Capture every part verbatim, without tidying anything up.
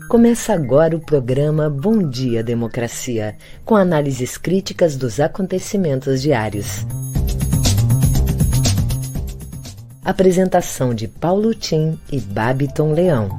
Começa agora o programa Bom Dia Democracia, com análises críticas dos acontecimentos diários. Apresentação de Paulo Tim e Babiton Leão.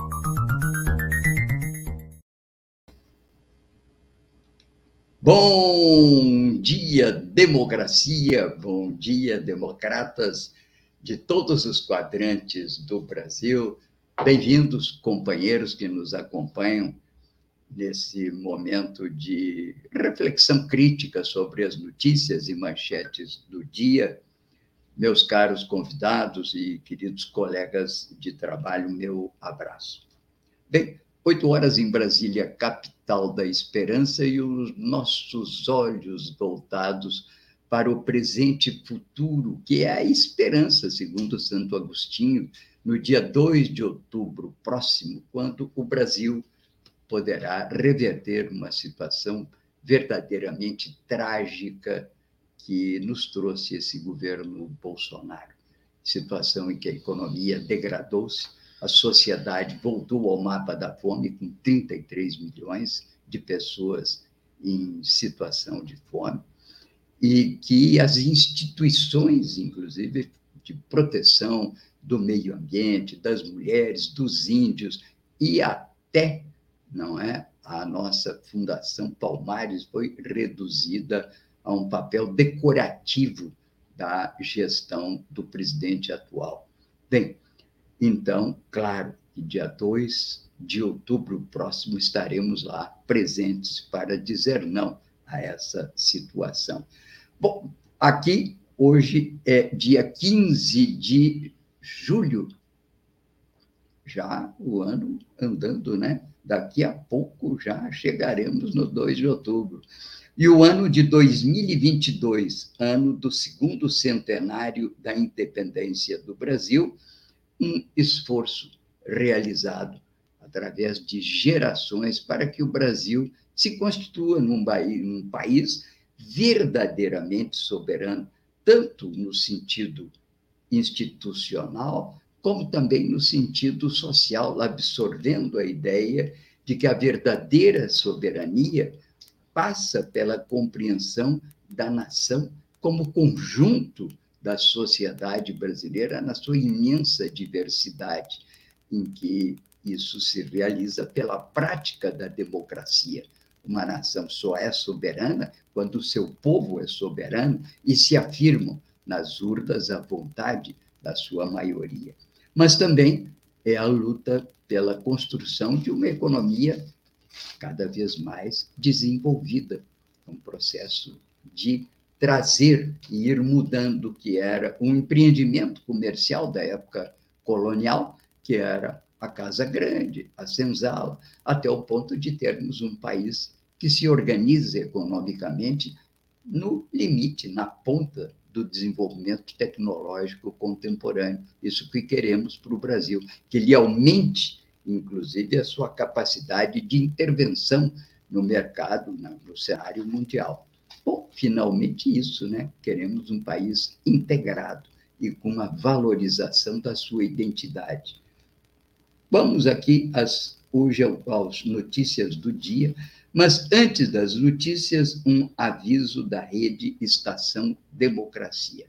Bom dia, democracia, bom dia, democratas de todos os quadrantes do Brasil. Bem-vindos, companheiros que nos acompanham nesse momento de reflexão crítica sobre as notícias e manchetes do dia. Meus caros convidados e queridos colegas de trabalho, meu abraço. Bem, oito horas em Brasília, capital da esperança, e os nossos olhos voltados para o presente e futuro, que é a esperança, segundo Santo Agostinho, no dia dois de outubro próximo, quando o Brasil poderá reverter uma situação verdadeiramente trágica que nos trouxe esse governo Bolsonaro. Situação em que a economia degradou-se, a sociedade voltou ao mapa da fome, com trinta e três milhões de pessoas em situação de fome, e que as instituições, inclusive, de proteção do meio ambiente, das mulheres, dos índios, e até, não é, a nossa Fundação Palmares foi reduzida a um papel decorativo da gestão do presidente atual. Bem, então, claro que dia dois de outubro próximo estaremos lá presentes para dizer não a essa situação. Bom, aqui hoje é dia quinze de julho, já o ano andando, né? Daqui a pouco já chegaremos no dois de outubro. E o ano de dois mil e vinte e dois, ano do segundo centenário da independência do Brasil, um esforço realizado através de gerações para que o Brasil se constitua num, num país verdadeiramente soberano, tanto no sentido institucional, como também no sentido social, absorvendo a ideia de que a verdadeira soberania passa pela compreensão da nação como conjunto da sociedade brasileira na sua imensa diversidade, em que isso se realiza pela prática da democracia. Uma nação só é soberana quando o seu povo é soberano e se afirmam nas urnas à vontade da sua maioria. Mas também é a luta pela construção de uma economia cada vez mais desenvolvida, um processo de trazer e ir mudando o que era um empreendimento comercial da época colonial, que era a Casa Grande, a senzala, até o ponto de termos um país que se organiza economicamente no limite, na ponta do desenvolvimento tecnológico contemporâneo. Isso que queremos para o Brasil, que ele aumente, inclusive, a sua capacidade de intervenção no mercado, no cenário mundial. Bom, finalmente isso, né? Queremos um país integrado e com uma valorização da sua identidade. Vamos aqui às, hoje às notícias do dia, mas antes das notícias, um aviso da rede Estação Democracia.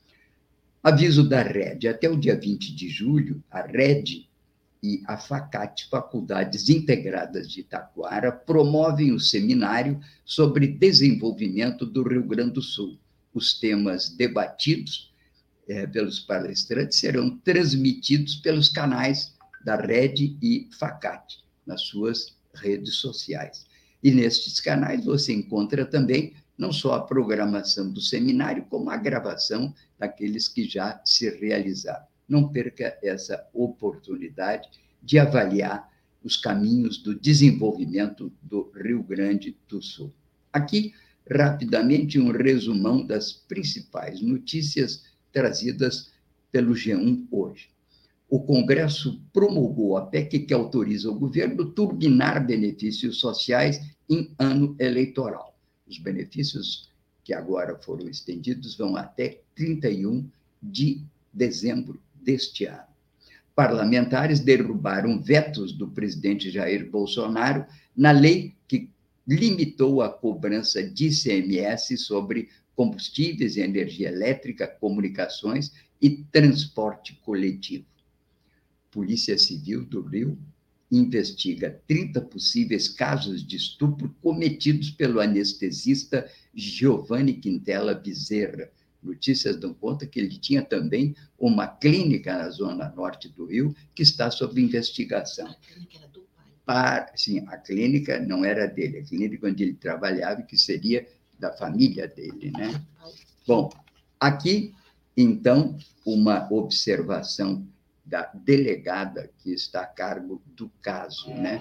Aviso da Rede. Até o dia vinte de julho, a Rede e a FACAT, Faculdades Integradas de Taquara, promovem o seminário sobre desenvolvimento do Rio Grande do Sul. Os temas debatidos é, pelos palestrantes serão transmitidos pelos canais da Rede e FACAT, nas suas redes sociais. E nestes canais você encontra também não só a programação do seminário, como a gravação daqueles que já se realizaram. Não perca essa oportunidade de avaliar os caminhos do desenvolvimento do Rio Grande do Sul. Aqui, rapidamente, um resumão das principais notícias trazidas pelo G um hoje. O Congresso promulgou a P E C que autoriza o governo turbinar benefícios sociais em ano eleitoral. Os benefícios que agora foram estendidos vão até trinta e um de dezembro deste ano. parlamentares derrubaram vetos do presidente Jair Bolsonaro na lei que limitou a cobrança de I C M S sobre combustíveis, energia elétrica, comunicações e transporte coletivo. Polícia Civil do Rio investiga trinta possíveis casos de estupro cometidos pelo anestesista Giovanni Quintela Bezerra. Notícias dão conta que ele tinha também uma clínica na zona norte do Rio que está sob investigação. A clínica era do pai. Para, sim, a clínica não era dele, a clínica onde ele trabalhava, que seria da família dele, né? Bom, aqui, então, uma observação da delegada que está a cargo do caso, né?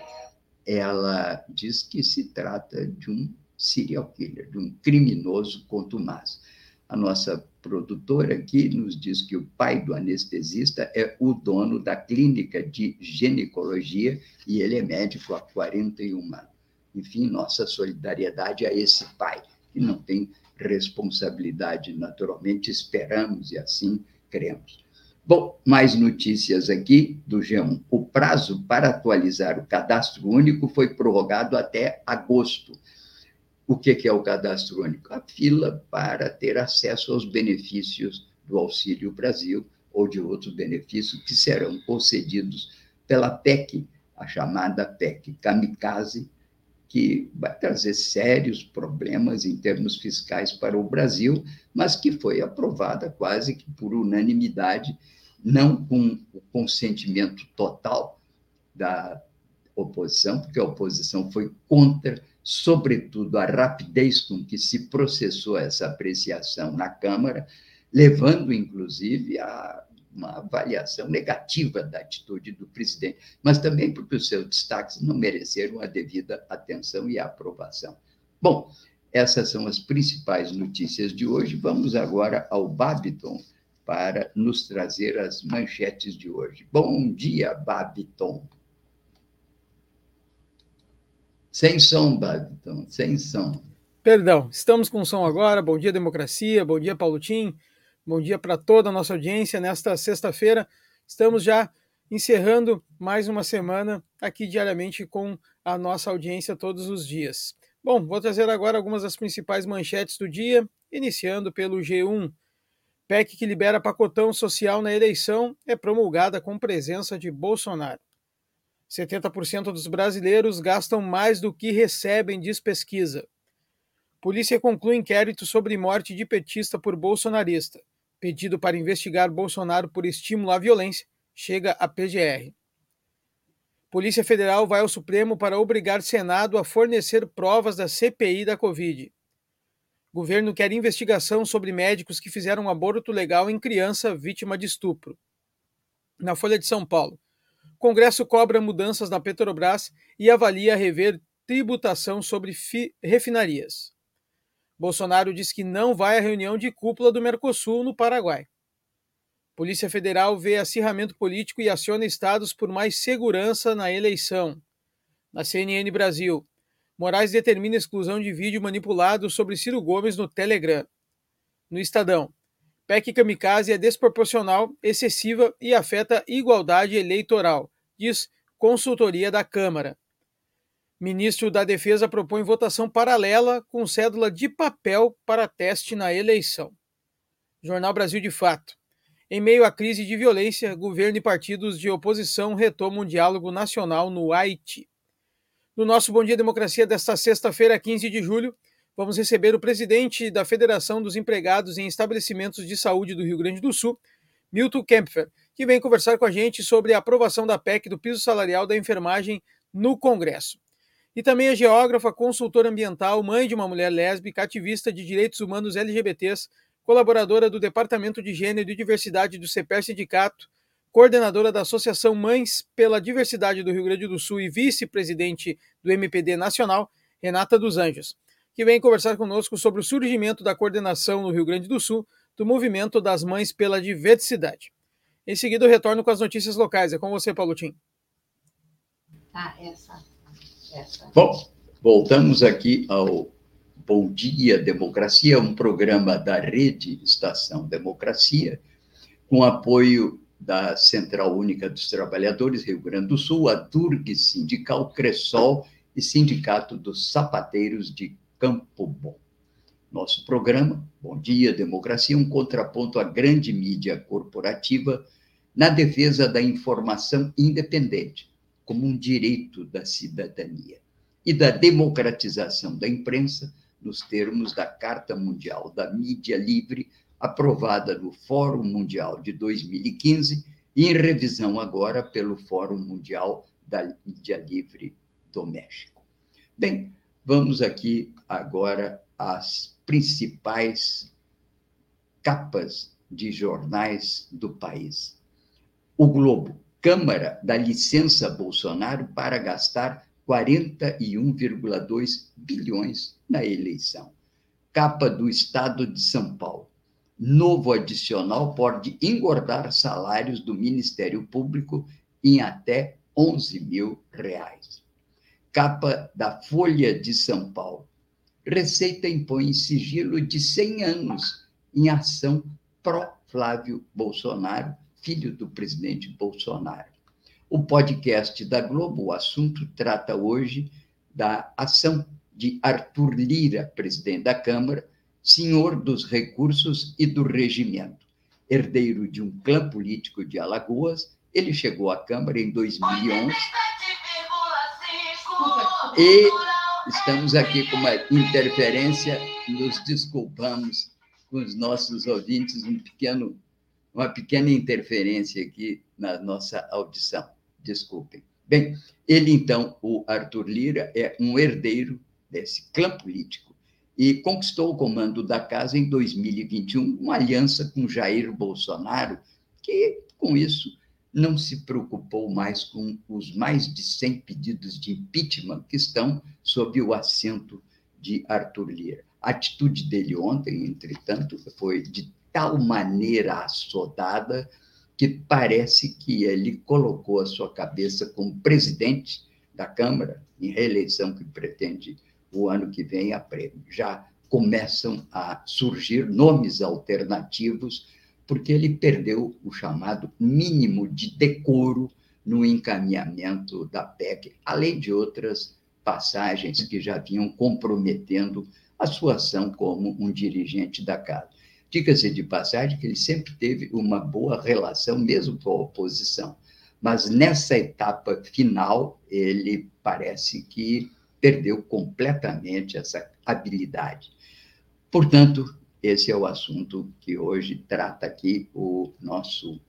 Ela diz que se trata de um serial killer, de um criminoso contumaz. A nossa produtora aqui nos diz que o pai do anestesista é o dono da clínica de ginecologia e ele é médico há quarenta e um anos. Enfim, nossa solidariedade a esse pai, que não tem responsabilidade, naturalmente, esperamos e assim cremos. Bom, mais notícias aqui do G um. O prazo para atualizar o cadastro único foi prorrogado até agosto. O que é o cadastro único? A fila para ter acesso aos benefícios do Auxílio Brasil ou de outros benefícios que serão concedidos pela P E C, a chamada P E C Kamikaze, que vai trazer sérios problemas em termos fiscais para o Brasil, mas que foi aprovada quase que por unanimidade, não com o consentimento total da oposição, porque a oposição foi contra, sobretudo, a rapidez com que se processou essa apreciação na Câmara, levando, inclusive, a uma avaliação negativa da atitude do presidente, mas também porque os seus destaques não mereceram a devida atenção e aprovação. Bom, essas são as principais notícias de hoje. Vamos agora ao Babiton para nos trazer as manchetes de hoje. Bom dia, Babiton. Sem som, Babiton, sem som. Perdão, estamos com som agora. Bom dia, democracia. Bom dia, Paulo Tim. Bom dia para toda a nossa audiência. Nesta sexta-feira, estamos já encerrando mais uma semana aqui diariamente com a nossa audiência todos os dias. Bom, vou trazer agora algumas das principais manchetes do dia, iniciando pelo G um. P E C que libera pacotão social na eleição é promulgada com presença de Bolsonaro. setenta por cento dos brasileiros gastam mais do que recebem, diz pesquisa. Polícia conclui inquérito sobre morte de petista por bolsonarista. Pedido para investigar Bolsonaro por estímulo à violência chega à P G R. Polícia Federal vai ao Supremo para obrigar Senado a fornecer provas da C P I da Covid. Governo quer investigação sobre médicos que fizeram um aborto legal em criança vítima de estupro. Na Folha de São Paulo, Congresso cobra mudanças na Petrobras e avalia rever tributação sobre fi- refinarias. Bolsonaro diz que não vai à reunião de cúpula do Mercosul no Paraguai. Polícia Federal vê acirramento político e aciona estados por mais segurança na eleição. Na C N N Brasil, Moraes determina exclusão de vídeo manipulado sobre Ciro Gomes no Telegram. No Estadão, P E C Kamikaze é desproporcional, excessiva e afeta igualdade eleitoral, diz consultoria da Câmara. Ministro da Defesa propõe votação paralela com cédula de papel para teste na eleição. Jornal Brasil de Fato. Em meio à crise de violência, governo e partidos de oposição retomam o diálogo nacional no Haiti. No nosso Bom Dia Democracia desta sexta-feira, quinze de julho, vamos receber o presidente da Federação dos Empregados em Estabelecimentos de Saúde do Rio Grande do Sul, Milton Kempfer, que vem conversar com a gente sobre a aprovação da P E C do piso salarial da enfermagem no Congresso. E também a geógrafa, consultora ambiental, mãe de uma mulher lésbica, ativista de direitos humanos L G B Ts, colaboradora do Departamento de Gênero e Diversidade do CEPER Sindicato, coordenadora da Associação Mães pela Diversidade do Rio Grande do Sul e vice-presidente do M P D Nacional, Renata dos Anjos, que vem conversar conosco sobre o surgimento da coordenação no Rio Grande do Sul do Movimento das Mães pela Diversidade. Em seguida, eu retorno com as notícias locais. É com você, Paulo Tim. Ah, essa... Bom, voltamos aqui ao Bom Dia Democracia, um programa da Rede Estação Democracia, com apoio da Central Única dos Trabalhadores, Rio Grande do Sul, a Durg Sindical, Cressol e Sindicato dos Sapateiros de Campo Bom. Nosso programa, Bom Dia Democracia, um contraponto à grande mídia corporativa na defesa da informação independente, como um direito da cidadania, e da democratização da imprensa, nos termos da Carta Mundial da Mídia Livre, aprovada no Fórum Mundial de dois mil e quinze e em revisão agora pelo Fórum Mundial da Mídia Livre do México. Bem, vamos aqui agora às principais capas de jornais do país. O Globo, Câmara dá licença a Bolsonaro para gastar quarenta e um vírgula dois bilhões na eleição. Capa do Estado de São Paulo. Novo adicional pode engordar salários do Ministério Público em até onze mil reais. Capa da Folha de São Paulo. Receita impõe sigilo de cem anos em ação pró-Flávio Bolsonaro, filho do presidente Bolsonaro. O podcast da Globo, o assunto, trata hoje da ação de Arthur Lira, presidente da Câmara, senhor dos recursos e do regimento. Herdeiro de um clã político de Alagoas, ele chegou à Câmara em dois mil e onze. E estamos aqui com uma interferência, nos desculpamos com os nossos ouvintes, um pequeno, uma pequena interferência aqui na nossa audição. Desculpem. Bem, ele, então, o Arthur Lira, é um herdeiro desse clã político e conquistou o comando da casa em dois mil e vinte e um, uma aliança com Jair Bolsonaro, que, com isso, não se preocupou mais com os mais de cem pedidos de impeachment que estão sob o assento de Arthur Lira. A atitude dele ontem, entretanto, foi de tal maneira assodada que parece que ele colocou a sua cabeça como presidente da Câmara, em reeleição que pretende o ano que vem a prêmio. Já começam a surgir nomes alternativos, porque ele perdeu o chamado mínimo de decoro no encaminhamento da P E C, além de outras passagens que já vinham comprometendo a sua ação como um dirigente da casa. Diga-se de passagem que ele sempre teve uma boa relação, mesmo com a oposição, mas nessa etapa final, ele parece que perdeu completamente essa habilidade. Portanto, esse é o assunto que hoje trata aqui o nosso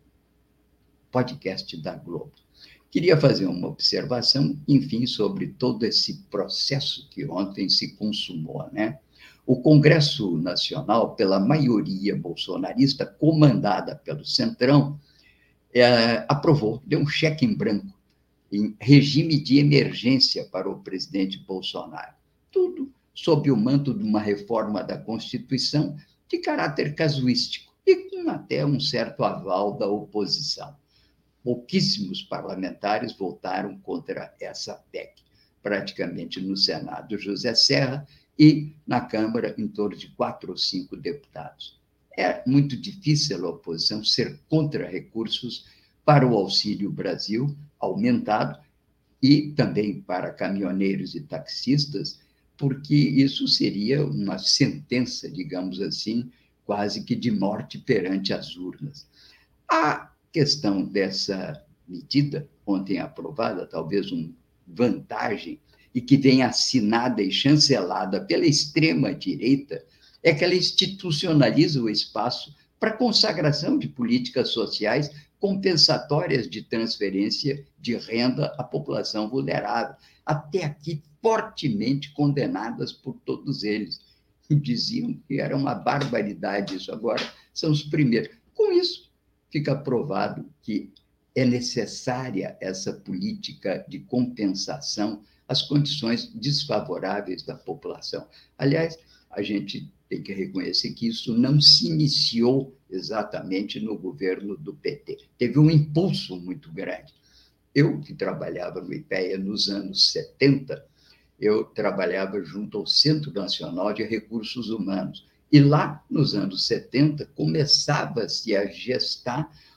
podcast da Globo. Queria fazer uma observação, enfim, sobre todo esse processo que ontem se consumou, né? O Congresso Nacional, pela maioria bolsonarista, comandada pelo Centrão, é, aprovou, deu um cheque em branco, em regime de emergência para o presidente Bolsonaro. Tudo sob o manto de uma reforma da Constituição de caráter casuístico e com até um certo aval da oposição. Pouquíssimos parlamentares votaram contra essa P E C, praticamente no Senado José Serra e na Câmara em torno de quatro ou cinco deputados. É muito difícil a oposição ser contra recursos para o Auxílio Brasil aumentado e também para caminhoneiros e taxistas, porque isso seria uma sentença, digamos assim, quase que de morte perante as urnas. A questão dessa medida, ontem aprovada, talvez uma vantagem, e que vem assinada e chancelada pela extrema-direita, é que ela institucionaliza o espaço para consagração de políticas sociais compensatórias de transferência de renda à população vulnerável, até aqui fortemente condenadas por todos eles. Diziam que era uma barbaridade isso, agora são os primeiros. Com isso, fica provado que é necessária essa política de compensação às condições desfavoráveis da população. Aliás, a gente tem que reconhecer que isso não se iniciou exatamente no governo do P T. Teve um impulso muito grande. Eu, que trabalhava no IPEA nos anos setenta, eu trabalhava junto ao Centro Nacional de Recursos Humanos. E lá, nos anos setenta, começava-se a gestar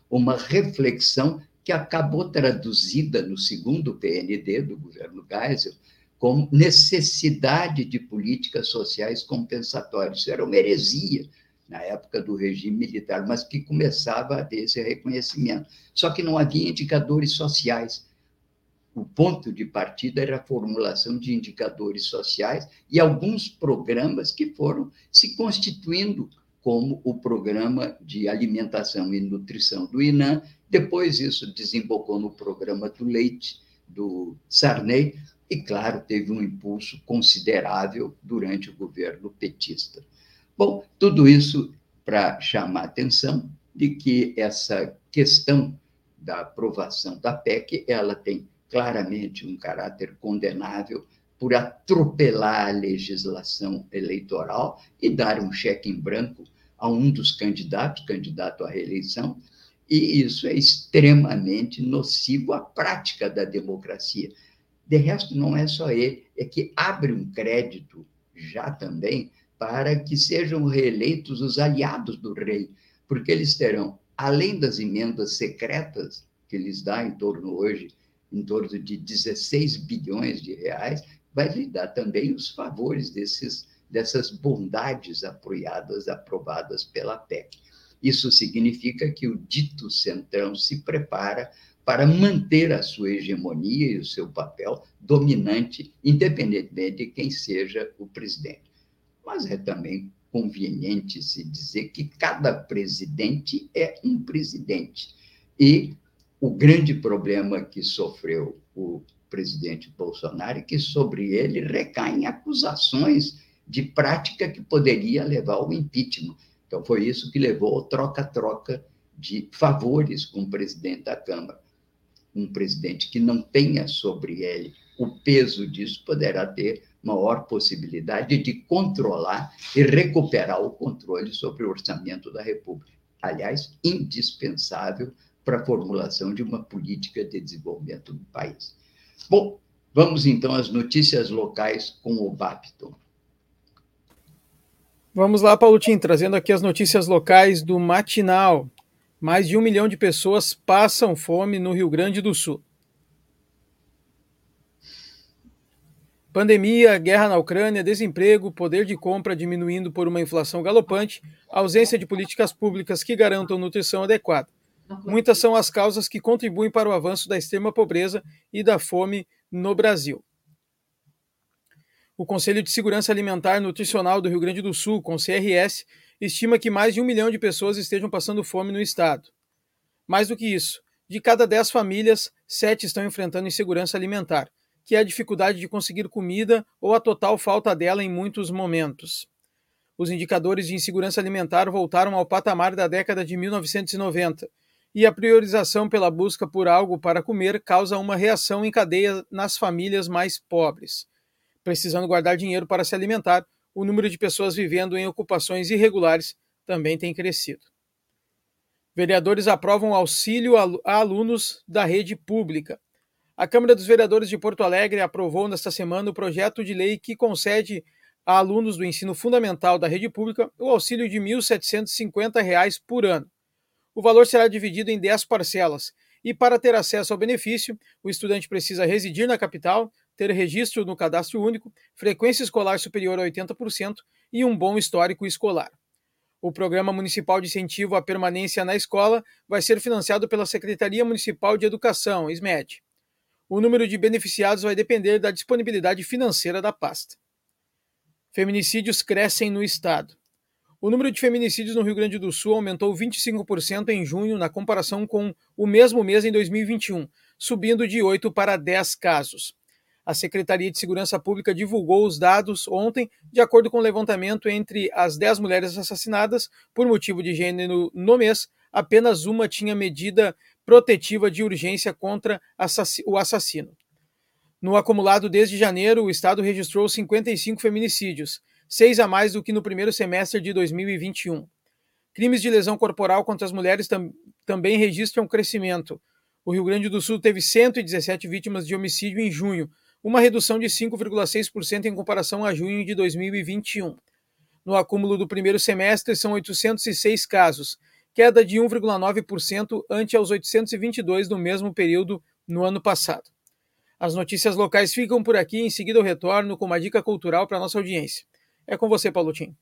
uma reflexão que acabou traduzida no segundo P N D do governo Geisel como necessidade de políticas sociais compensatórias. Isso era uma heresia na época do regime militar, mas que começava a ter esse reconhecimento. Só que não havia indicadores sociais. O ponto de partida era a formulação de indicadores sociais e alguns programas que foram se constituindo como o programa de alimentação e nutrição do INAH. Depois isso desembocou no programa do leite, do Sarney, e, claro, teve um impulso considerável durante o governo petista. Bom, tudo isso para chamar a atenção de que essa questão da aprovação da P E C, ela tem claramente um caráter condenável por atropelar a legislação eleitoral e dar um cheque em branco a um dos candidatos, candidato à reeleição, e isso é extremamente nocivo à prática da democracia. De resto, não é só ele, é que abre um crédito já também para que sejam reeleitos os aliados do rei, porque eles terão, além das emendas secretas que lhes dá em torno hoje, em torno de dezesseis bilhões de reais, vai lhe dar também os favores desses, dessas bondades apoiadas, aprovadas pela P E C. Isso significa que o dito centrão se prepara para manter a sua hegemonia e o seu papel dominante, independentemente de quem seja o presidente. Mas é também conveniente se dizer que cada presidente é um presidente. E o grande problema que sofreu o presidente Bolsonaro é que sobre ele recaem acusações de prática que poderia levar ao impeachment. Então, foi isso que levou ao troca-troca de favores com o presidente da Câmara. Um presidente que não tenha sobre ele o peso disso poderá ter maior possibilidade de controlar e recuperar o controle sobre o orçamento da República. Aliás, indispensável para a formulação de uma política de desenvolvimento do país. Bom, vamos então às notícias locais com o Bapton. Vamos lá, Paulotinho, trazendo aqui as notícias locais do Matinal. Mais de um milhão de pessoas passam fome no Rio Grande do Sul. Pandemia, guerra na Ucrânia, desemprego, poder de compra diminuindo por uma inflação galopante, ausência de políticas públicas que garantam nutrição adequada. Muitas são as causas que contribuem para o avanço da extrema pobreza e da fome no Brasil. O Conselho de Segurança Alimentar e Nutricional do Rio Grande do Sul, com C R S, estima que mais de um milhão de pessoas estejam passando fome no estado. Mais do que isso, de cada dez famílias, sete estão enfrentando insegurança alimentar, que é a dificuldade de conseguir comida ou a total falta dela em muitos momentos. Os indicadores de insegurança alimentar voltaram ao patamar da década de mil novecentos e noventa, e a priorização pela busca por algo para comer causa uma reação em cadeia nas famílias mais pobres. Precisando guardar dinheiro para se alimentar, o número de pessoas vivendo em ocupações irregulares também tem crescido. Vereadores aprovam auxílio a alunos da rede pública. A Câmara dos Vereadores de Porto Alegre aprovou nesta semana o projeto de lei que concede a alunos do ensino fundamental da rede pública o auxílio de mil setecentos e cinquenta reais por ano. O valor será dividido em dez parcelas e, para ter acesso ao benefício, o estudante precisa residir na capital, ter registro no cadastro único, frequência escolar superior a oitenta por cento e um bom histórico escolar. O Programa Municipal de Incentivo à Permanência na Escola vai ser financiado pela Secretaria Municipal de Educação, S M E D. O número de beneficiados vai depender da disponibilidade financeira da pasta. Feminicídios crescem no estado. O número de feminicídios no Rio Grande do Sul aumentou vinte e cinco por cento em junho na comparação com o mesmo mês em dois mil e vinte e um, subindo de oito para dez casos. A Secretaria de Segurança Pública divulgou os dados ontem, de acordo com o levantamento entre as dez mulheres assassinadas por motivo de gênero no mês, apenas uma tinha medida protetiva de urgência contra o assassino. No acumulado desde janeiro, o estado registrou cinquenta e cinco feminicídios, seis a mais do que no primeiro semestre de dois mil e vinte e um. Crimes de lesão corporal contra as mulheres tam- também registram crescimento. O Rio Grande do Sul teve cento e dezessete vítimas de homicídio em junho, uma redução de cinco vírgula seis por cento em comparação a junho de dois mil e vinte e um. No acúmulo do primeiro semestre, são oitocentos e seis casos, queda de um vírgula nove por cento ante aos oitocentos e vinte e dois no mesmo período no ano passado. As notícias locais ficam por aqui, em seguida eu retorno com uma dica cultural para a nossa audiência. É com você, Paulo Tim.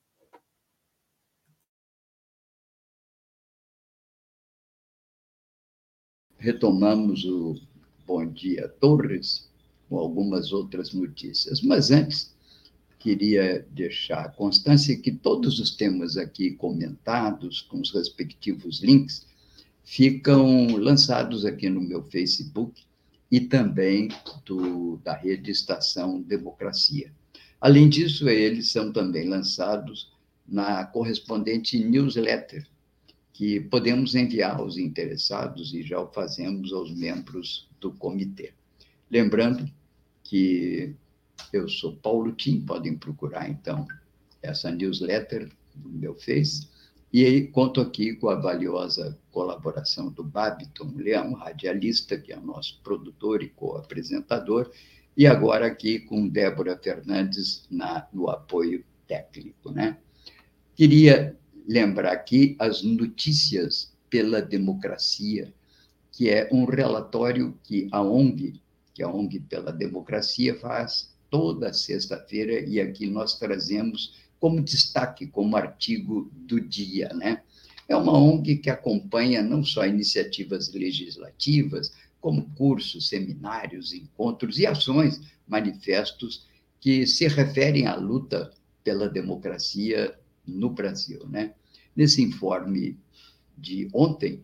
Retomamos o Bom Dia Torres, com algumas outras notícias. Mas antes, queria deixar constância que todos os temas aqui comentados, com os respectivos links, ficam lançados aqui no meu Facebook e também do, da rede Estação Democracia. Além disso, eles são também lançados na correspondente newsletter, que podemos enviar aos interessados e já o fazemos aos membros do comitê. Lembrando que eu sou Paulo Tim, podem procurar, então, essa newsletter no meu Face, e aí conto aqui com a valiosa colaboração do Babiton Leão, radialista, que é o nosso produtor e co-apresentador, e agora aqui com Débora Fernandes na, no apoio técnico, né? Queria lembrar aqui as notícias pela democracia, que é um relatório que a ONG, que a ONG pela Democracia faz toda sexta-feira, e aqui nós trazemos como destaque, como artigo do dia, né? É uma ONG que acompanha não só iniciativas legislativas, como cursos, seminários, encontros e ações, manifestos que se referem à luta pela democracia no Brasil, né? Nesse informe de ontem,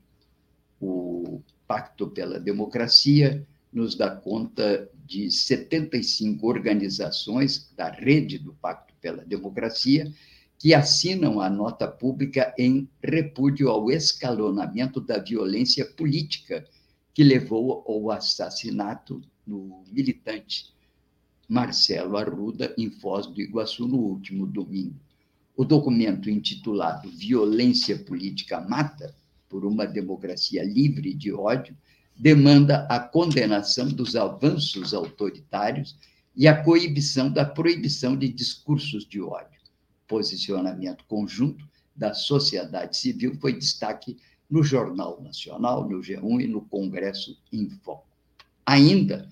o Pacto pela Democracia nos dá conta de setenta e cinco organizações da rede do Pacto pela Democracia que assinam a nota pública em repúdio ao escalonamento da violência política que levou ao assassinato do militante Marcelo Arruda em Foz do Iguaçu no último domingo. O documento intitulado Violência Política Mata, por uma democracia livre de ódio, demanda a condenação dos avanços autoritários e a coibição da proibição de discursos de ódio. Posicionamento conjunto da sociedade civil foi destaque no Jornal Nacional, no G um e no Congresso em Foco. Ainda,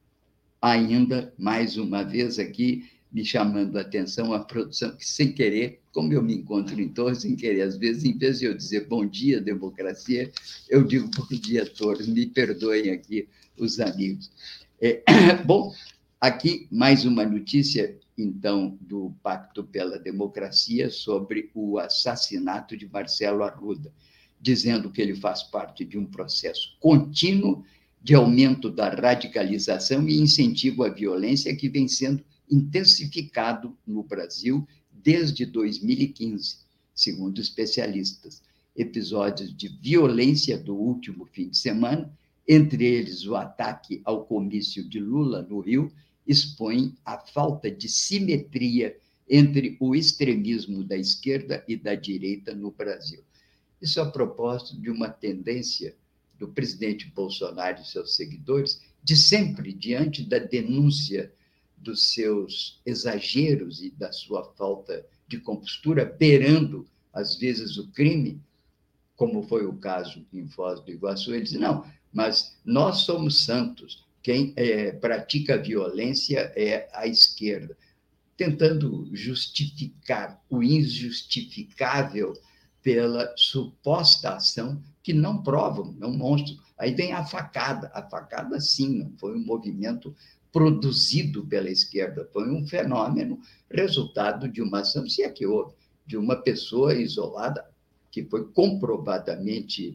ainda, mais uma vez aqui, me chamando a atenção a produção, que sem querer, como eu me encontro em Torres, sem querer, às vezes, em vez de eu dizer bom dia, democracia, eu digo bom dia, Torres, me perdoem aqui os amigos. É, bom, aqui mais uma notícia, então, do Pacto pela Democracia sobre o assassinato de Marcelo Arruda, dizendo que ele faz parte de um processo contínuo de aumento da radicalização e incentivo à violência que vem sendo intensificado no Brasil desde dois mil e quinze, segundo especialistas. Episódios de violência do último fim de semana, entre eles o ataque ao comício de Lula no Rio, expõem a falta de simetria entre o extremismo da esquerda e da direita no Brasil. Isso a propósito de uma tendência do presidente Bolsonaro e seus seguidores de sempre, diante da denúncia dos seus exageros e da sua falta de compostura, beirando, às vezes, o crime, como foi o caso em Foz do Iguaçu, ele diz, não, mas nós somos santos, quem é, pratica violência é a esquerda, tentando justificar o injustificável pela suposta ação que não provam, não monstro. Aí vem a facada, a facada sim, não foi um movimento produzido pela esquerda, foi um fenômeno resultado de uma ação, se é que houve, de uma pessoa isolada, que foi comprovadamente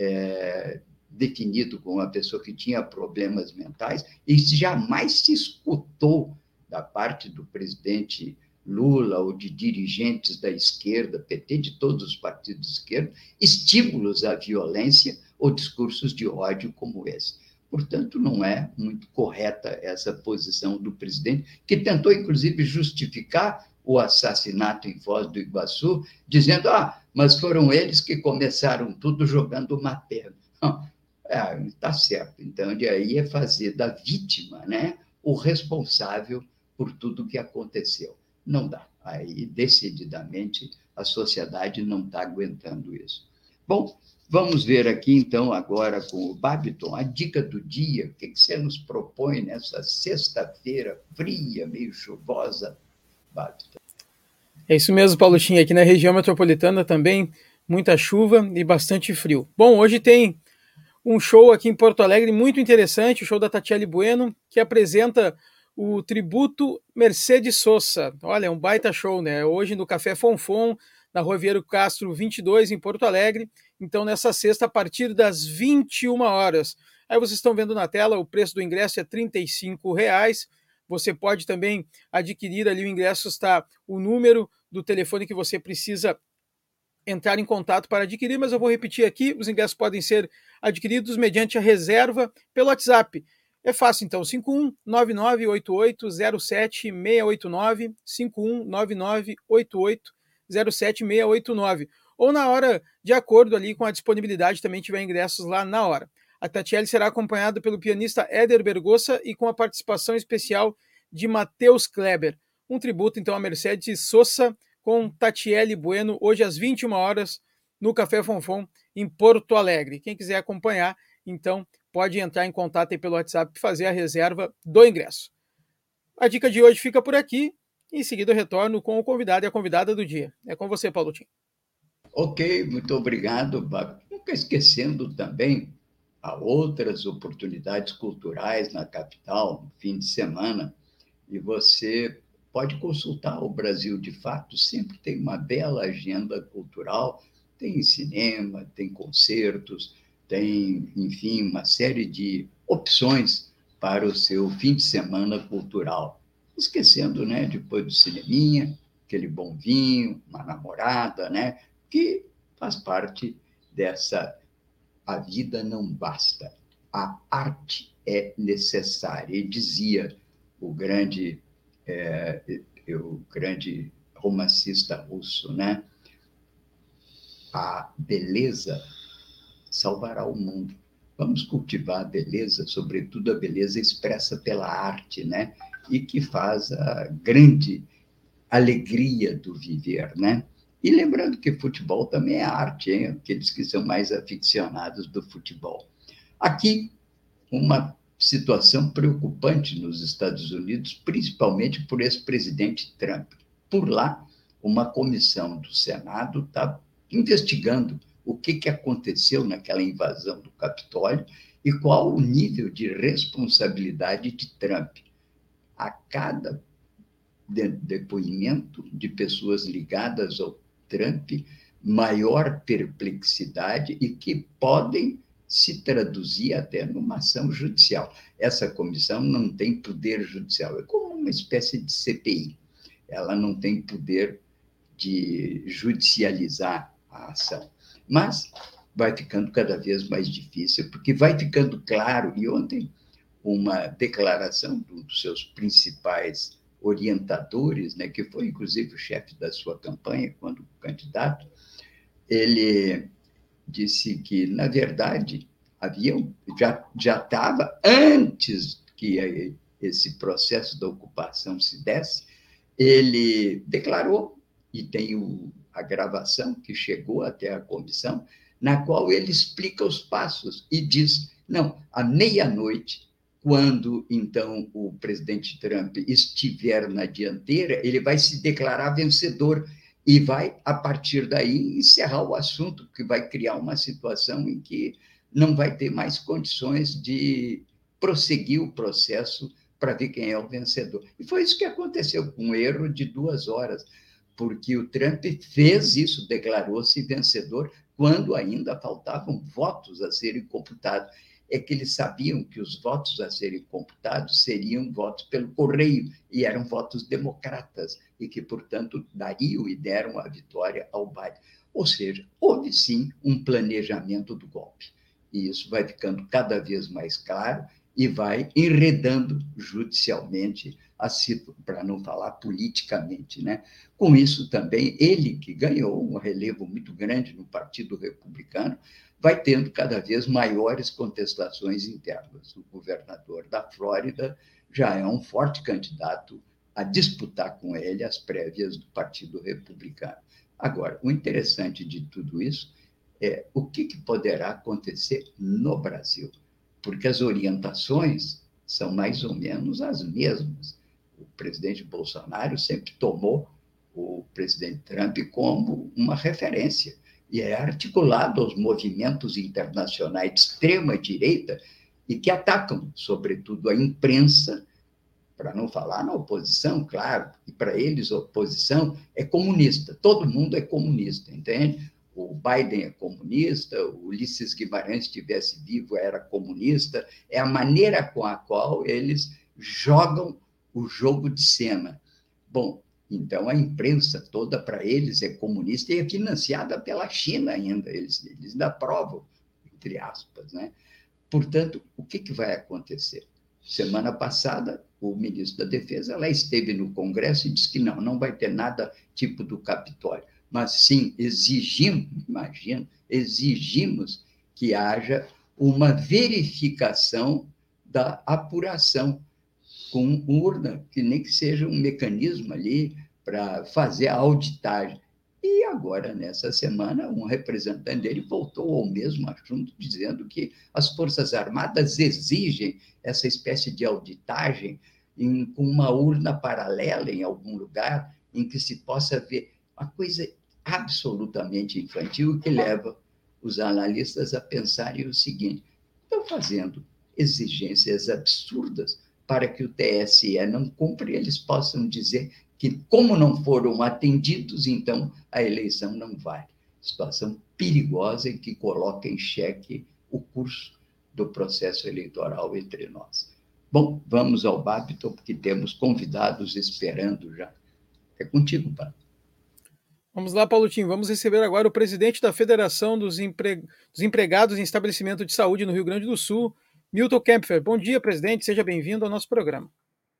é, definido como uma pessoa que tinha problemas mentais, e jamais se escutou da parte do presidente Lula ou de dirigentes da esquerda, P T, de todos os partidos de esquerda, estímulos à violência ou discursos de ódio como esse. Portanto, não é muito correta essa posição do presidente, que tentou, inclusive, justificar o assassinato em Foz do Iguaçu, dizendo, ah, mas foram eles que começaram tudo jogando uma pedra. É, está certo. Então, de aí é fazer da vítima, né, o responsável por tudo que aconteceu. Não dá. Aí, decididamente, a sociedade não está aguentando isso. Bom, vamos ver aqui, então, agora com o Babiton, a dica do dia. O que você nos propõe nessa sexta-feira fria, meio chuvosa, Babiton? É isso mesmo, Paulotinho. Aqui na região metropolitana também, muita chuva e bastante frio. Bom, hoje tem um show aqui em Porto Alegre muito interessante, o show da Tatiele Bueno, que apresenta o tributo Mercedes Sosa. Olha, é um baita show, né? Hoje no Café Fonfon, na Rua Vieiro Castro vinte e dois, em Porto Alegre. Então, nessa sexta, a partir das vinte e uma horas. Aí vocês estão vendo na tela, o preço do ingresso é trinta e cinco reais. Você pode também adquirir ali, o ingresso está o número do telefone que você precisa entrar em contato para adquirir, mas eu vou repetir aqui, os ingressos podem ser adquiridos mediante a reserva pelo WhatsApp. É fácil, então, cinco um nove nove oito oito zero sete seis oito nove, cinco um nove nove oito oito zero sete seis oito nove, ou na hora, de acordo ali com a disponibilidade, também tiver ingressos lá na hora. A Tatiele será acompanhada pelo pianista Éder Bergossa e com a participação especial de Matheus Kleber. Um tributo, então, a Mercedes Sosa, com Tatiele Bueno, hoje às vinte e uma horas, no Café Fonfon, em Porto Alegre. Quem quiser acompanhar, então, pode entrar em contato aí pelo WhatsApp e fazer a reserva do ingresso. A dica de hoje fica por aqui. Em seguida, eu retorno com o convidado e a convidada do dia. É com você, Paulotinho. Ok, muito obrigado, Babi. Nunca esquecendo também há outras oportunidades culturais na capital, no fim de semana, e você pode consultar o Brasil de Fato, sempre tem uma bela agenda cultural, tem cinema, tem concertos, tem, enfim, uma série de opções para o seu fim de semana cultural. Esquecendo, né, depois do cineminha, aquele bom vinho, uma namorada, né, que faz parte dessa... A vida não basta, a arte é necessária. E dizia o grande, é, o grande romancista russo, né? A beleza salvará o mundo. Vamos cultivar a beleza, sobretudo a beleza expressa pela arte, né? E que faz a grande alegria do viver, né? E lembrando que futebol também é arte, hein? Aqueles que são mais aficionados do futebol. Aqui, uma situação preocupante nos Estados Unidos, principalmente por esse presidente Trump. Por lá, uma comissão do Senado está investigando o que, que aconteceu naquela invasão do Capitólio e qual o nível de responsabilidade de Trump. A cada de depoimento de pessoas ligadas ao Trump, maior perplexidade e que podem se traduzir até numa ação judicial. Essa comissão não tem poder judicial, é como uma espécie de C P I. Ela não tem poder de judicializar a ação. Mas vai ficando cada vez mais difícil, porque vai ficando claro, e ontem uma declaração de um dos seus principais orientadores, né, que foi inclusive o chefe da sua campanha quando candidato, ele disse que, na verdade, havia, já já estava, antes que esse processo da ocupação se desse, ele declarou, e tem o, a gravação que chegou até a comissão, na qual ele explica os passos e diz, não, à meia-noite, quando, então, o presidente Trump estiver na dianteira, ele vai se declarar vencedor e vai, a partir daí, encerrar o assunto, porque vai criar uma situação em que não vai ter mais condições de prosseguir o processo para ver quem é o vencedor. E foi isso que aconteceu, com um erro de duas horas, porque o Trump fez isso, declarou-se vencedor, quando ainda faltavam votos a serem computados. É que eles sabiam que os votos a serem computados seriam votos pelo correio, e eram votos democratas, e que, portanto, dariam e deram a vitória ao Biden. Ou seja, houve, sim, um planejamento do golpe. E isso vai ficando cada vez mais claro e vai enredando judicialmente, para não falar politicamente, né? Com isso também, ele, que ganhou um relevo muito grande no Partido Republicano, vai tendo cada vez maiores contestações internas. O governador da Flórida já é um forte candidato a disputar com ele as prévias do Partido Republicano. Agora, o interessante de tudo isso é o que, que poderá acontecer no Brasil, porque as orientações são mais ou menos as mesmas. O presidente Bolsonaro sempre tomou o presidente Trump como uma referência, e é articulado aos movimentos internacionais de extrema-direita e que atacam, sobretudo, a imprensa, para não falar na oposição, claro, e para eles a oposição é comunista, todo mundo é comunista, entende? O Biden é comunista, o Ulisses Guimarães, se estivesse vivo, era comunista, é a maneira com a qual eles jogam o jogo de cena. Bom, então a imprensa toda para eles é comunista e é financiada pela China ainda, eles, eles ainda aprovam, entre aspas, né? Portanto, o que, que vai acontecer? Semana passada, o ministro da Defesa lá esteve no Congresso e disse que não, não vai ter nada tipo do Capitólio. Mas sim, exigimos, imagina, exigimos que haja uma verificação da apuração com urna, que nem que seja um mecanismo ali para fazer a auditagem. E agora, nessa semana, um representante dele voltou ao mesmo assunto, dizendo que as Forças Armadas exigem essa espécie de auditagem em, com uma urna paralela em algum lugar, em que se possa ver uma coisa absolutamente infantil que leva os analistas a pensarem o seguinte: estão fazendo exigências absurdas para que o T S E não cumpra e eles possam dizer que, como não foram atendidos, então a eleição não vale. Situação perigosa em que coloca em xeque o curso do processo eleitoral entre nós. Bom, vamos ao Babiton, porque temos convidados esperando já. É contigo, Paulo. Vamos lá, Paulotinho. Vamos receber agora o presidente da Federação dos, Empre... dos Empregados em Estabelecimento de Saúde no Rio Grande do Sul, Milton Kempfer. Bom dia, presidente. Seja bem-vindo ao nosso programa.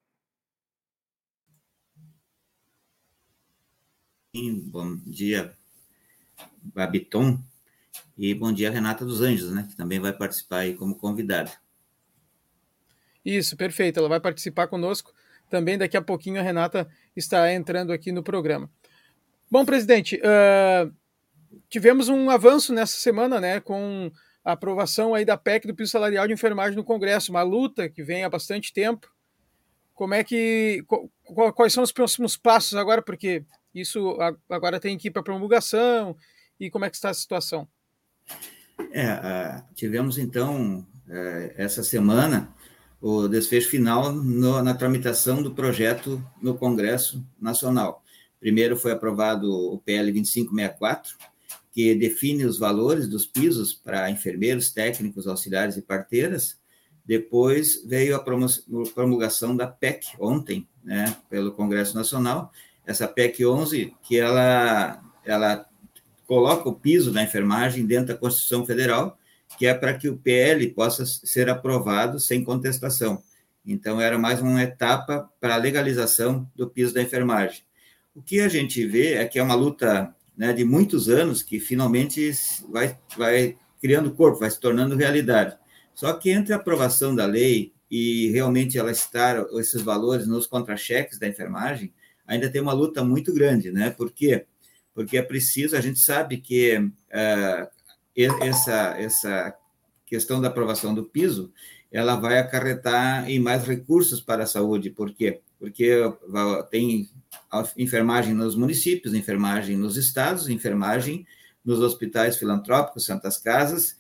Bom dia, Babiton, e bom dia, Renata dos Anjos, né, que também vai participar aí como convidada. Isso, perfeito, ela vai participar conosco também. Daqui a pouquinho a Renata está entrando aqui no programa. Bom, presidente, uh, tivemos um avanço nessa semana, né, com a aprovação aí da P E C do piso salarial de enfermagem no Congresso, uma luta que vem há bastante tempo. Como é que, quais são os próximos passos agora, porque isso agora tem que ir para promulgação, e como é que está a situação? É, tivemos, então, essa semana, o desfecho final no, na tramitação do projeto no Congresso Nacional. Primeiro foi aprovado o P L vinte e cinco sessenta e quatro, que define os valores dos pisos para enfermeiros, técnicos, auxiliares e parteiras. Depois veio a promulgação da P E C ontem, né, pelo Congresso Nacional, essa P E C onze, que ela, ela coloca o piso da enfermagem dentro da Constituição Federal, que é para que o P L possa ser aprovado sem contestação. Então, era mais uma etapa para a legalização do piso da enfermagem. O que a gente vê é que é uma luta, né, de muitos anos, que finalmente vai, vai criando corpo, vai se tornando realidade. Só que entre a aprovação da lei e realmente ela estar, esses valores nos contra-cheques da enfermagem, ainda tem uma luta muito grande, né? Por quê? Porque é preciso, a gente sabe que uh, essa, essa questão da aprovação do piso, ela vai acarretar em mais recursos para a saúde. Por quê? Porque tem enfermagem nos municípios, enfermagem nos estados, enfermagem nos hospitais filantrópicos, santas casas,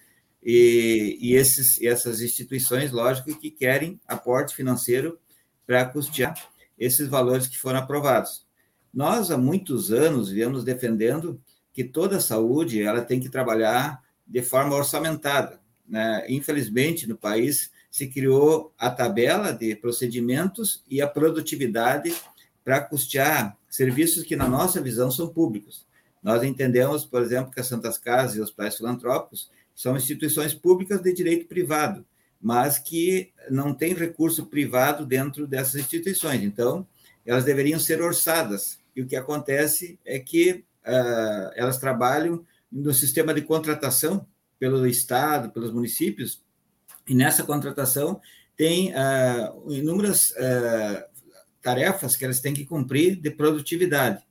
e, e esses, essas instituições, lógico, que querem aporte financeiro para custear esses valores que foram aprovados. Nós, há muitos anos, viemos defendendo que toda a saúde ela tem que trabalhar de forma orçamentada, né? Infelizmente, no país, se criou a tabela de procedimentos e a produtividade para custear serviços que, na nossa visão, são públicos. Nós entendemos, por exemplo, que as santas casas e os hospitais filantrópicos são instituições públicas de direito privado, mas que não tem recurso privado dentro dessas instituições. Então, elas deveriam ser orçadas. E o que acontece é que uh, elas trabalham no sistema de contratação pelo Estado, pelos municípios, e nessa contratação tem uh, inúmeras uh, tarefas que elas têm que cumprir de produtividade.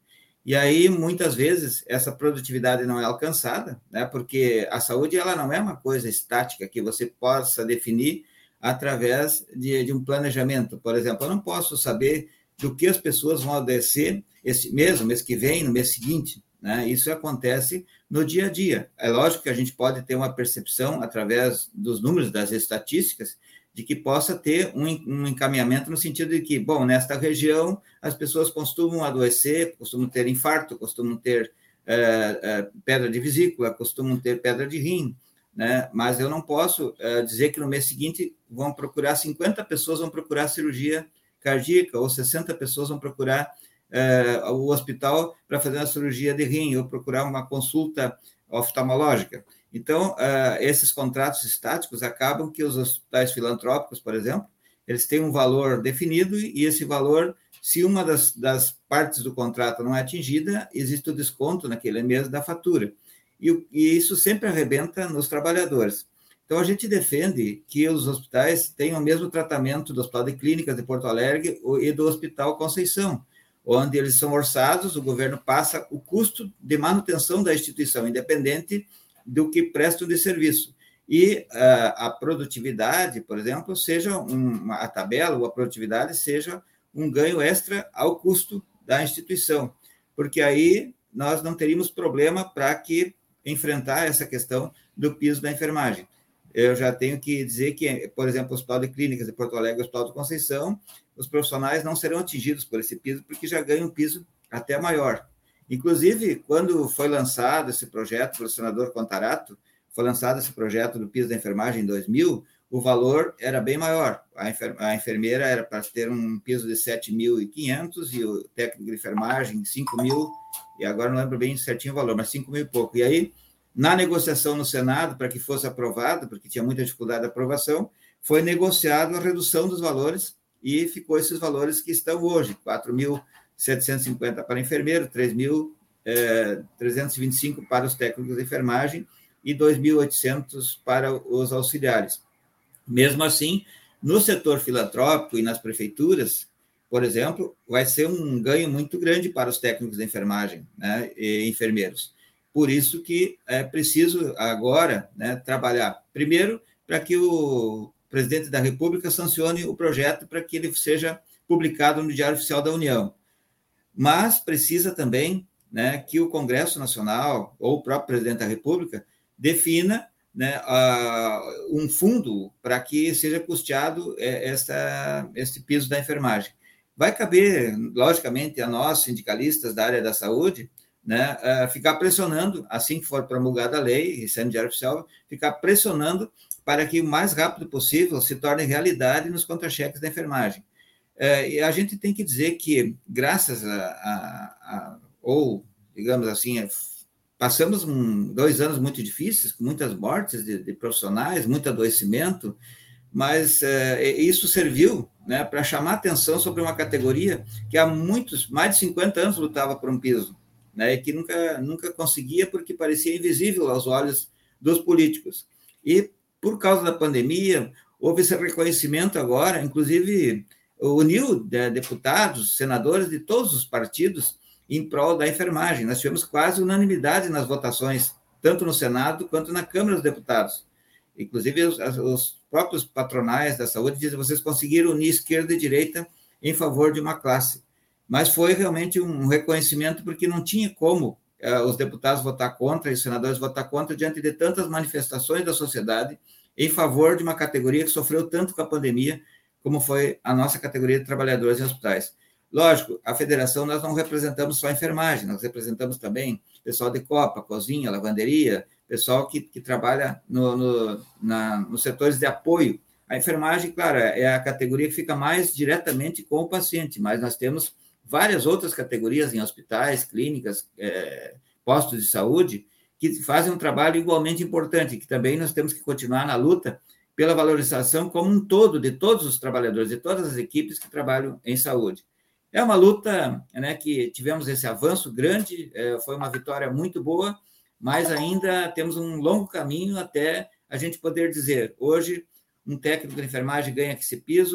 E aí, muitas vezes, essa produtividade não é alcançada, né? Porque a saúde ela não é uma coisa estática que você possa definir através de, de um planejamento. Por exemplo, eu não posso saber do que as pessoas vão adoecer esse mês, no mês que vem, no mês seguinte, né? Isso acontece no dia a dia. É lógico que a gente pode ter uma percepção, através dos números, das estatísticas, de que possa ter um, um encaminhamento no sentido de que, bom, nesta região as pessoas costumam adoecer, costumam ter infarto, costumam ter é, é, pedra de vesícula, costumam ter pedra de rim, né? Mas eu não posso é, dizer que no mês seguinte vão procurar, cinquenta pessoas vão procurar cirurgia cardíaca, ou sessenta pessoas vão procurar é, o hospital para fazer uma cirurgia de rim, ou procurar uma consulta oftalmológica. Então, uh, esses contratos estáticos acabam que os hospitais filantrópicos, por exemplo, eles têm um valor definido e esse valor, se uma das, das partes do contrato não é atingida, existe o desconto naquele mês da fatura. E, e isso sempre arrebenta nos trabalhadores. Então, a gente defende que os hospitais tenham o mesmo tratamento do Hospital de Clínicas de Porto Alegre e do Hospital Conceição, onde eles são orçados, o governo passa o custo de manutenção da instituição, independente do que prestam de serviço. E uh, a produtividade, por exemplo, seja um, a tabela ou a produtividade seja um ganho extra ao custo da instituição, porque aí nós não teríamos problema para que enfrentar essa questão do piso da enfermagem. Eu já tenho que dizer que, por exemplo, o Hospital de Clínicas de Porto Alegre e o Hospital de Conceição, os profissionais não serão atingidos por esse piso, porque já ganham um piso até maior. Inclusive, quando foi lançado esse projeto pelo senador Contarato, foi lançado esse projeto do piso da enfermagem em dois mil, o valor era bem maior. A enfermeira era para ter um piso de sete mil e quinhentos e o técnico de enfermagem cinco mil, e agora não lembro bem certinho o valor, mas cinco mil e pouco. E aí, na negociação no Senado, para que fosse aprovado, porque tinha muita dificuldade de aprovação, foi negociado a redução dos valores e ficou esses valores que estão hoje, quatro mil setecentos e cinquenta para enfermeiro, três mil trezentos e vinte e cinco para os técnicos de enfermagem e dois mil e oitocentos para os auxiliares. Mesmo assim, no setor filantrópico e nas prefeituras, por exemplo, vai ser um ganho muito grande para os técnicos de enfermagem, né, e enfermeiros. Por isso que é preciso agora, né, trabalhar, primeiro, para que o presidente da República sancione o projeto para que ele seja publicado no Diário Oficial da União. Mas precisa também, né, que o Congresso Nacional ou o próprio presidente da República defina, né, uh, um fundo para que seja custeado essa, esse piso da enfermagem. Vai caber, logicamente, a nós, sindicalistas da área da saúde, né, uh, ficar pressionando, assim que for promulgada a lei, e sendo Diário Oficial, ficar pressionando para que o mais rápido possível se torne realidade nos contra-cheques da enfermagem. É, e a gente tem que dizer que, graças a, a, a ou, digamos assim, passamos um, dois anos muito difíceis, com muitas mortes de, de profissionais, muito adoecimento, mas é, isso serviu, né, para chamar atenção sobre uma categoria que há muitos, mais de cinquenta anos lutava por um piso, né, e que nunca, nunca conseguia porque parecia invisível aos olhos dos políticos. E, por causa da pandemia, houve esse reconhecimento agora, inclusive uniu deputados, senadores de todos os partidos em prol da enfermagem. Nós tivemos quase unanimidade nas votações, tanto no Senado quanto na Câmara dos Deputados. Inclusive, os, os próprios patronais da saúde dizem que vocês conseguiram unir esquerda e direita em favor de uma classe. Mas foi realmente um reconhecimento, porque não tinha como eh, os deputados votar contra e os senadores votar contra diante de tantas manifestações da sociedade em favor de uma categoria que sofreu tanto com a pandemia, como foi a nossa categoria de trabalhadores em hospitais. Lógico, a federação nós não representamos só a enfermagem, nós representamos também pessoal de copa, cozinha, lavanderia, pessoal que, que trabalha no, no, na, nos setores de apoio. A enfermagem, claro, é a categoria que fica mais diretamente com o paciente, mas nós temos várias outras categorias em hospitais, clínicas, é, postos de saúde, que fazem um trabalho igualmente importante, que também nós temos que continuar na luta pela valorização como um todo de todos os trabalhadores, de todas as equipes que trabalham em saúde. É uma luta, né, que tivemos esse avanço grande, é, foi uma vitória muito boa, mas ainda temos um longo caminho até a gente poder dizer, hoje, um técnico de enfermagem ganha esse piso,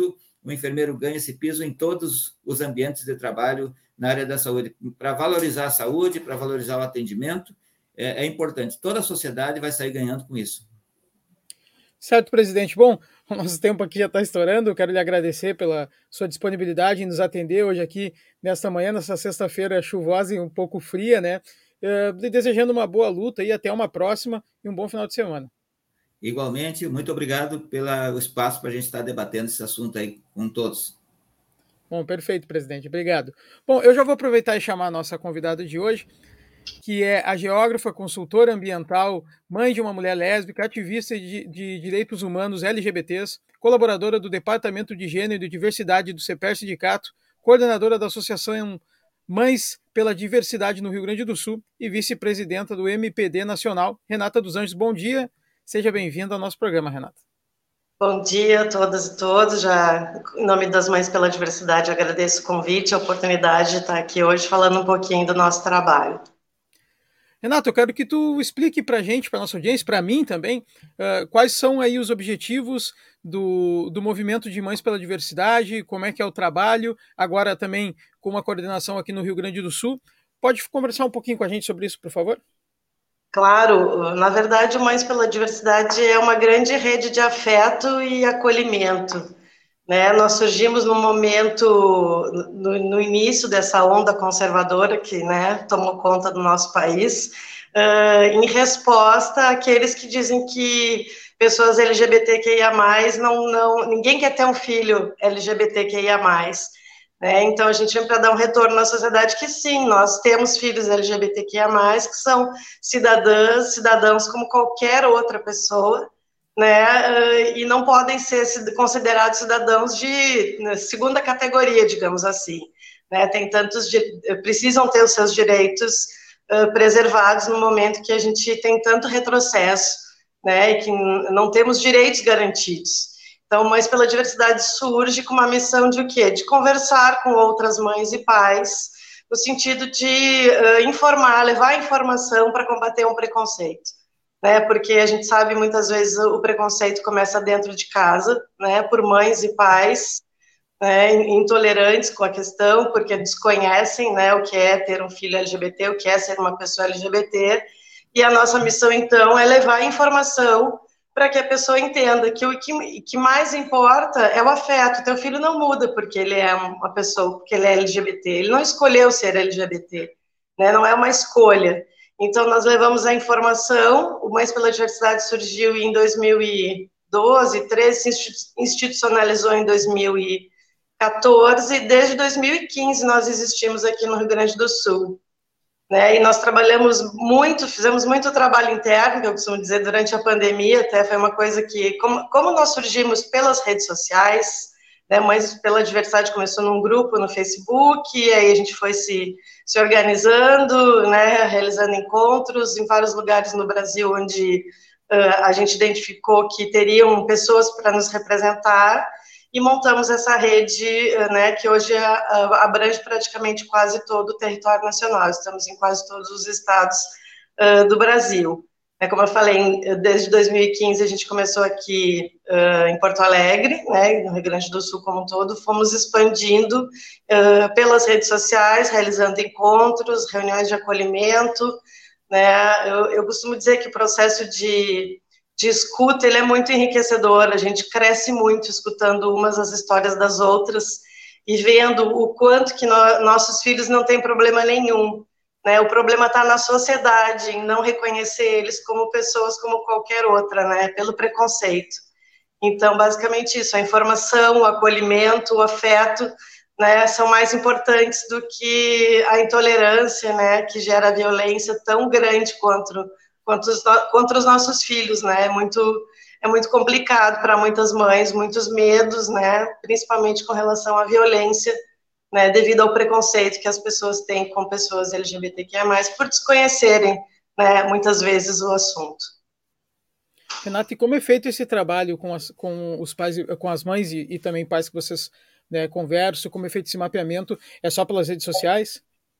o enfermeiro ganha esse piso em todos os ambientes de trabalho na área da saúde, para valorizar a saúde, para valorizar o atendimento, é, é importante. Toda a sociedade vai sair ganhando com isso. Certo, presidente. Bom, o nosso tempo aqui já está estourando. Eu quero lhe agradecer pela sua disponibilidade em nos atender hoje aqui nesta manhã, nessa sexta-feira chuvosa e um pouco fria, né? Uh, desejando uma boa luta e até uma próxima e um bom final de semana. Igualmente, muito obrigado pelo espaço para a gente estar debatendo esse assunto aí com todos. Bom, perfeito, presidente. Obrigado. Bom, eu já vou aproveitar e chamar a nossa convidada de hoje, que é a geógrafa, consultora ambiental, mãe de uma mulher lésbica, ativista de, de direitos humanos L G B Ts, colaboradora do Departamento de Gênero e Diversidade do CEPER Sindicato, coordenadora da Associação Mães pela Diversidade no Rio Grande do Sul e vice-presidenta do M P D Nacional, Renata dos Anjos. Bom dia, seja bem-vinda ao nosso programa, Renata. Bom dia a todas e todos. Já, em nome das Mães pela Diversidade, agradeço o convite, a oportunidade de estar aqui hoje falando um pouquinho do nosso trabalho. Renato, eu quero que tu explique para a gente, para a nossa audiência, para mim também, uh, quais são aí os objetivos do, do movimento de Mães pela Diversidade, como é que é o trabalho, agora também com uma coordenação aqui no Rio Grande do Sul. Pode conversar um pouquinho com a gente sobre isso, por favor? Claro, na verdade, o Mães pela Diversidade é uma grande rede de afeto e acolhimento, né? Nós surgimos no momento, no, no início dessa onda conservadora que, né, tomou conta do nosso país, uh, em resposta àqueles que dizem que pessoas L G B T Q I A mais, não, não, ninguém quer ter um filho L G B T Q I A mais. Né? Então, a gente vem para dar um retorno na sociedade que, sim, nós temos filhos L G B T Q I A mais, que são cidadãs, cidadãos como qualquer outra pessoa, né? E não podem ser considerados cidadãos de segunda categoria, digamos assim. Né? Tem tantos, precisam ter os seus direitos uh, preservados no momento que a gente tem tanto retrocesso, né? E que não temos direitos garantidos. Então, Mães pela Diversidade surge com uma missão de o quê? De conversar com outras mães e pais, no sentido de uh, informar, levar informação para combater um preconceito. Né? Porque a gente sabe, muitas vezes, o preconceito começa dentro de casa, né? Por mães e pais, né? Intolerantes com a questão, porque desconhecem, né, o que é ter um filho L G B T, o que é ser uma pessoa L G B T, e a nossa missão, então, é levar informação para que a pessoa entenda que o que, que mais importa é o afeto. Teu filho não muda porque ele é uma pessoa, porque ele é L G B T. Ele não escolheu ser L G B T, né? Não é uma escolha. Então, nós levamos a informação. O Mães pela Diversidade surgiu em dois mil e doze, treze, se institucionalizou em dois mil e quatorze, e desde dois mil e quinze nós existimos aqui no Rio Grande do Sul. Né, e nós trabalhamos muito, fizemos muito trabalho interno, que eu costumo dizer, durante a pandemia, até foi uma coisa que, como, como nós surgimos pelas redes sociais, né, Mães pela Diversidade começou num grupo no Facebook, e aí a gente foi se, se organizando, né, realizando encontros em vários lugares no Brasil, onde uh, a gente identificou que teriam pessoas para nos representar, e montamos essa rede, né, que hoje abrange praticamente quase todo o território nacional. Estamos em quase todos os estados uh, do Brasil. É, como eu falei, desde dois mil e quinze a gente começou aqui uh, em Porto Alegre, né, no Rio Grande do Sul como um todo, fomos expandindo uh, pelas redes sociais, realizando encontros, reuniões de acolhimento. Né, eu, eu costumo dizer que o processo de de escuta, ele é muito enriquecedor, a gente cresce muito escutando umas as histórias das outras e vendo o quanto que no, nossos filhos não têm problema nenhum, né? O problema está na sociedade, em não reconhecer eles como pessoas como qualquer outra, né? Pelo preconceito. Então, basicamente isso, a informação, o acolhimento, o afeto, né, são mais importantes do que a intolerância, né, que gera violência tão grande quanto Contra os, contra os nossos filhos, né? É muito, é muito complicado para muitas mães, muitos medos, né? Principalmente com relação à violência, né? Devido ao preconceito que as pessoas têm com pessoas L G B T Q I A mais, por desconhecerem, né, muitas vezes o assunto. Renata, e como é feito esse trabalho com, as, com os pais, com as mães e, e também pais que vocês, né, conversam? Como é feito esse mapeamento? É só pelas redes sociais?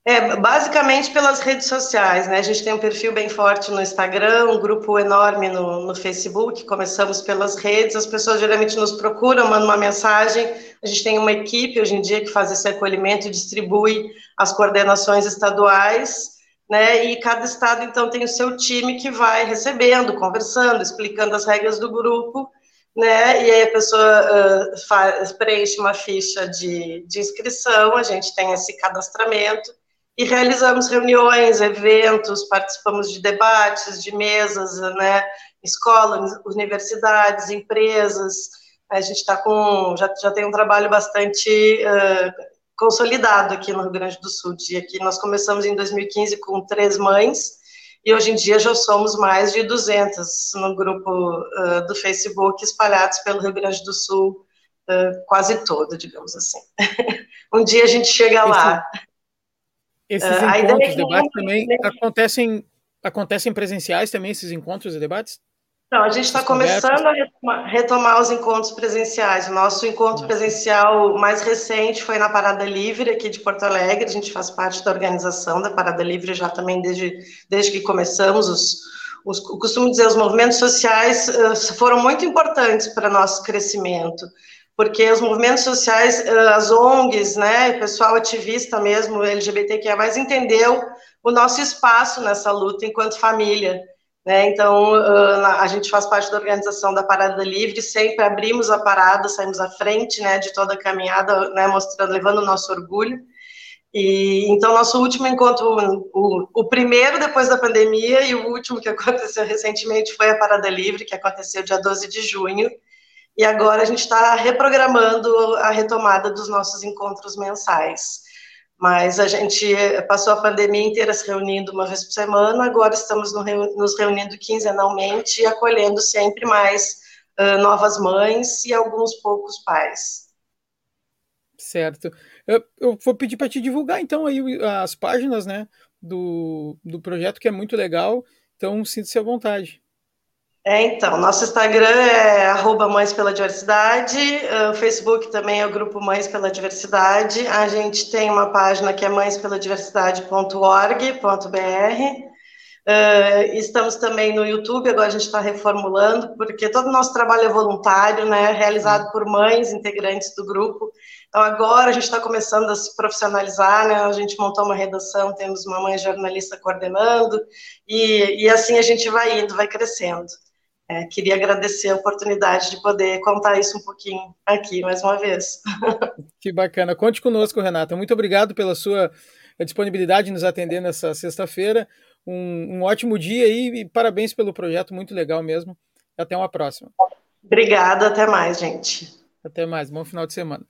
É, basicamente pelas redes sociais, né? A gente tem um perfil bem forte no Instagram, um grupo enorme no, no Facebook. Começamos pelas redes, as pessoas geralmente nos procuram, mandam uma mensagem. A gente tem uma equipe hoje em dia que faz esse acolhimento e distribui as coordenações estaduais, né? E cada estado, então, tem o seu time que vai recebendo, conversando, explicando as regras do grupo, né? E aí a pessoa uh, faz, preenche uma ficha de, de inscrição, a gente tem esse cadastramento. E realizamos reuniões, eventos, participamos de debates, de mesas, né, escolas, universidades, empresas. A gente está com, já, já tem um trabalho bastante uh, consolidado aqui no Rio Grande do Sul. E aqui nós começamos em dois mil e quinze com três mães, e hoje em dia já somos mais de duzentas no grupo uh, do Facebook, espalhados pelo Rio Grande do Sul, uh, quase todo, digamos assim. Um dia a gente chega lá. Esses uh, encontros, debates também acontecem, acontecem presenciais também, esses encontros e debates? Não, a gente está começando a retomar, retomar os encontros presenciais. O nosso encontro Nossa. presencial mais recente foi na Parada Livre, aqui de Porto Alegre. A gente faz parte da organização da Parada Livre já também desde, desde que começamos. Os, os, eu costumo dizer, os movimentos sociais uh, foram muito importantes para nosso crescimento, porque os movimentos sociais, as O N Gs, né, o pessoal ativista mesmo, L G B T Q I A mais, entendeu o nosso espaço nessa luta enquanto família, né, então a gente faz parte da organização da Parada Livre, sempre abrimos a parada, saímos à frente, né, de toda a caminhada, né, mostrando, levando o nosso orgulho. E então nosso último encontro, o, o primeiro depois da pandemia e o último que aconteceu recentemente foi a Parada Livre, que aconteceu dia doze de junho, e agora a gente está reprogramando a retomada dos nossos encontros mensais. Mas a gente passou a pandemia inteira se reunindo uma vez por semana, agora estamos nos reunindo quinzenalmente e acolhendo sempre mais uh, novas mães e alguns poucos pais. Certo. Eu, eu vou pedir para te divulgar, então, aí as páginas, né, do, do projeto, que é muito legal, então sinta-se à vontade. É, então, nosso Instagram é arroba Mães pela Diversidade, o Facebook também é o grupo Mães pela Diversidade, a gente tem uma página que é mães pela diversidade ponto org ponto b r, uh, estamos também no YouTube, agora a gente está reformulando, porque todo o nosso trabalho é voluntário, né, realizado por mães integrantes do grupo, então agora a gente está começando a se profissionalizar, né, a gente montou uma redação, temos uma mãe jornalista coordenando, e, e assim a gente vai indo, vai crescendo. É, queria agradecer a oportunidade de poder contar isso um pouquinho aqui, mais uma vez. Que bacana. Conte conosco, Renata. Muito obrigado pela sua disponibilidade de nos atender nessa sexta-feira. Um, um ótimo dia aí e parabéns pelo projeto, muito legal mesmo. Até uma próxima. Obrigada, até mais, gente. Até mais, bom final de semana.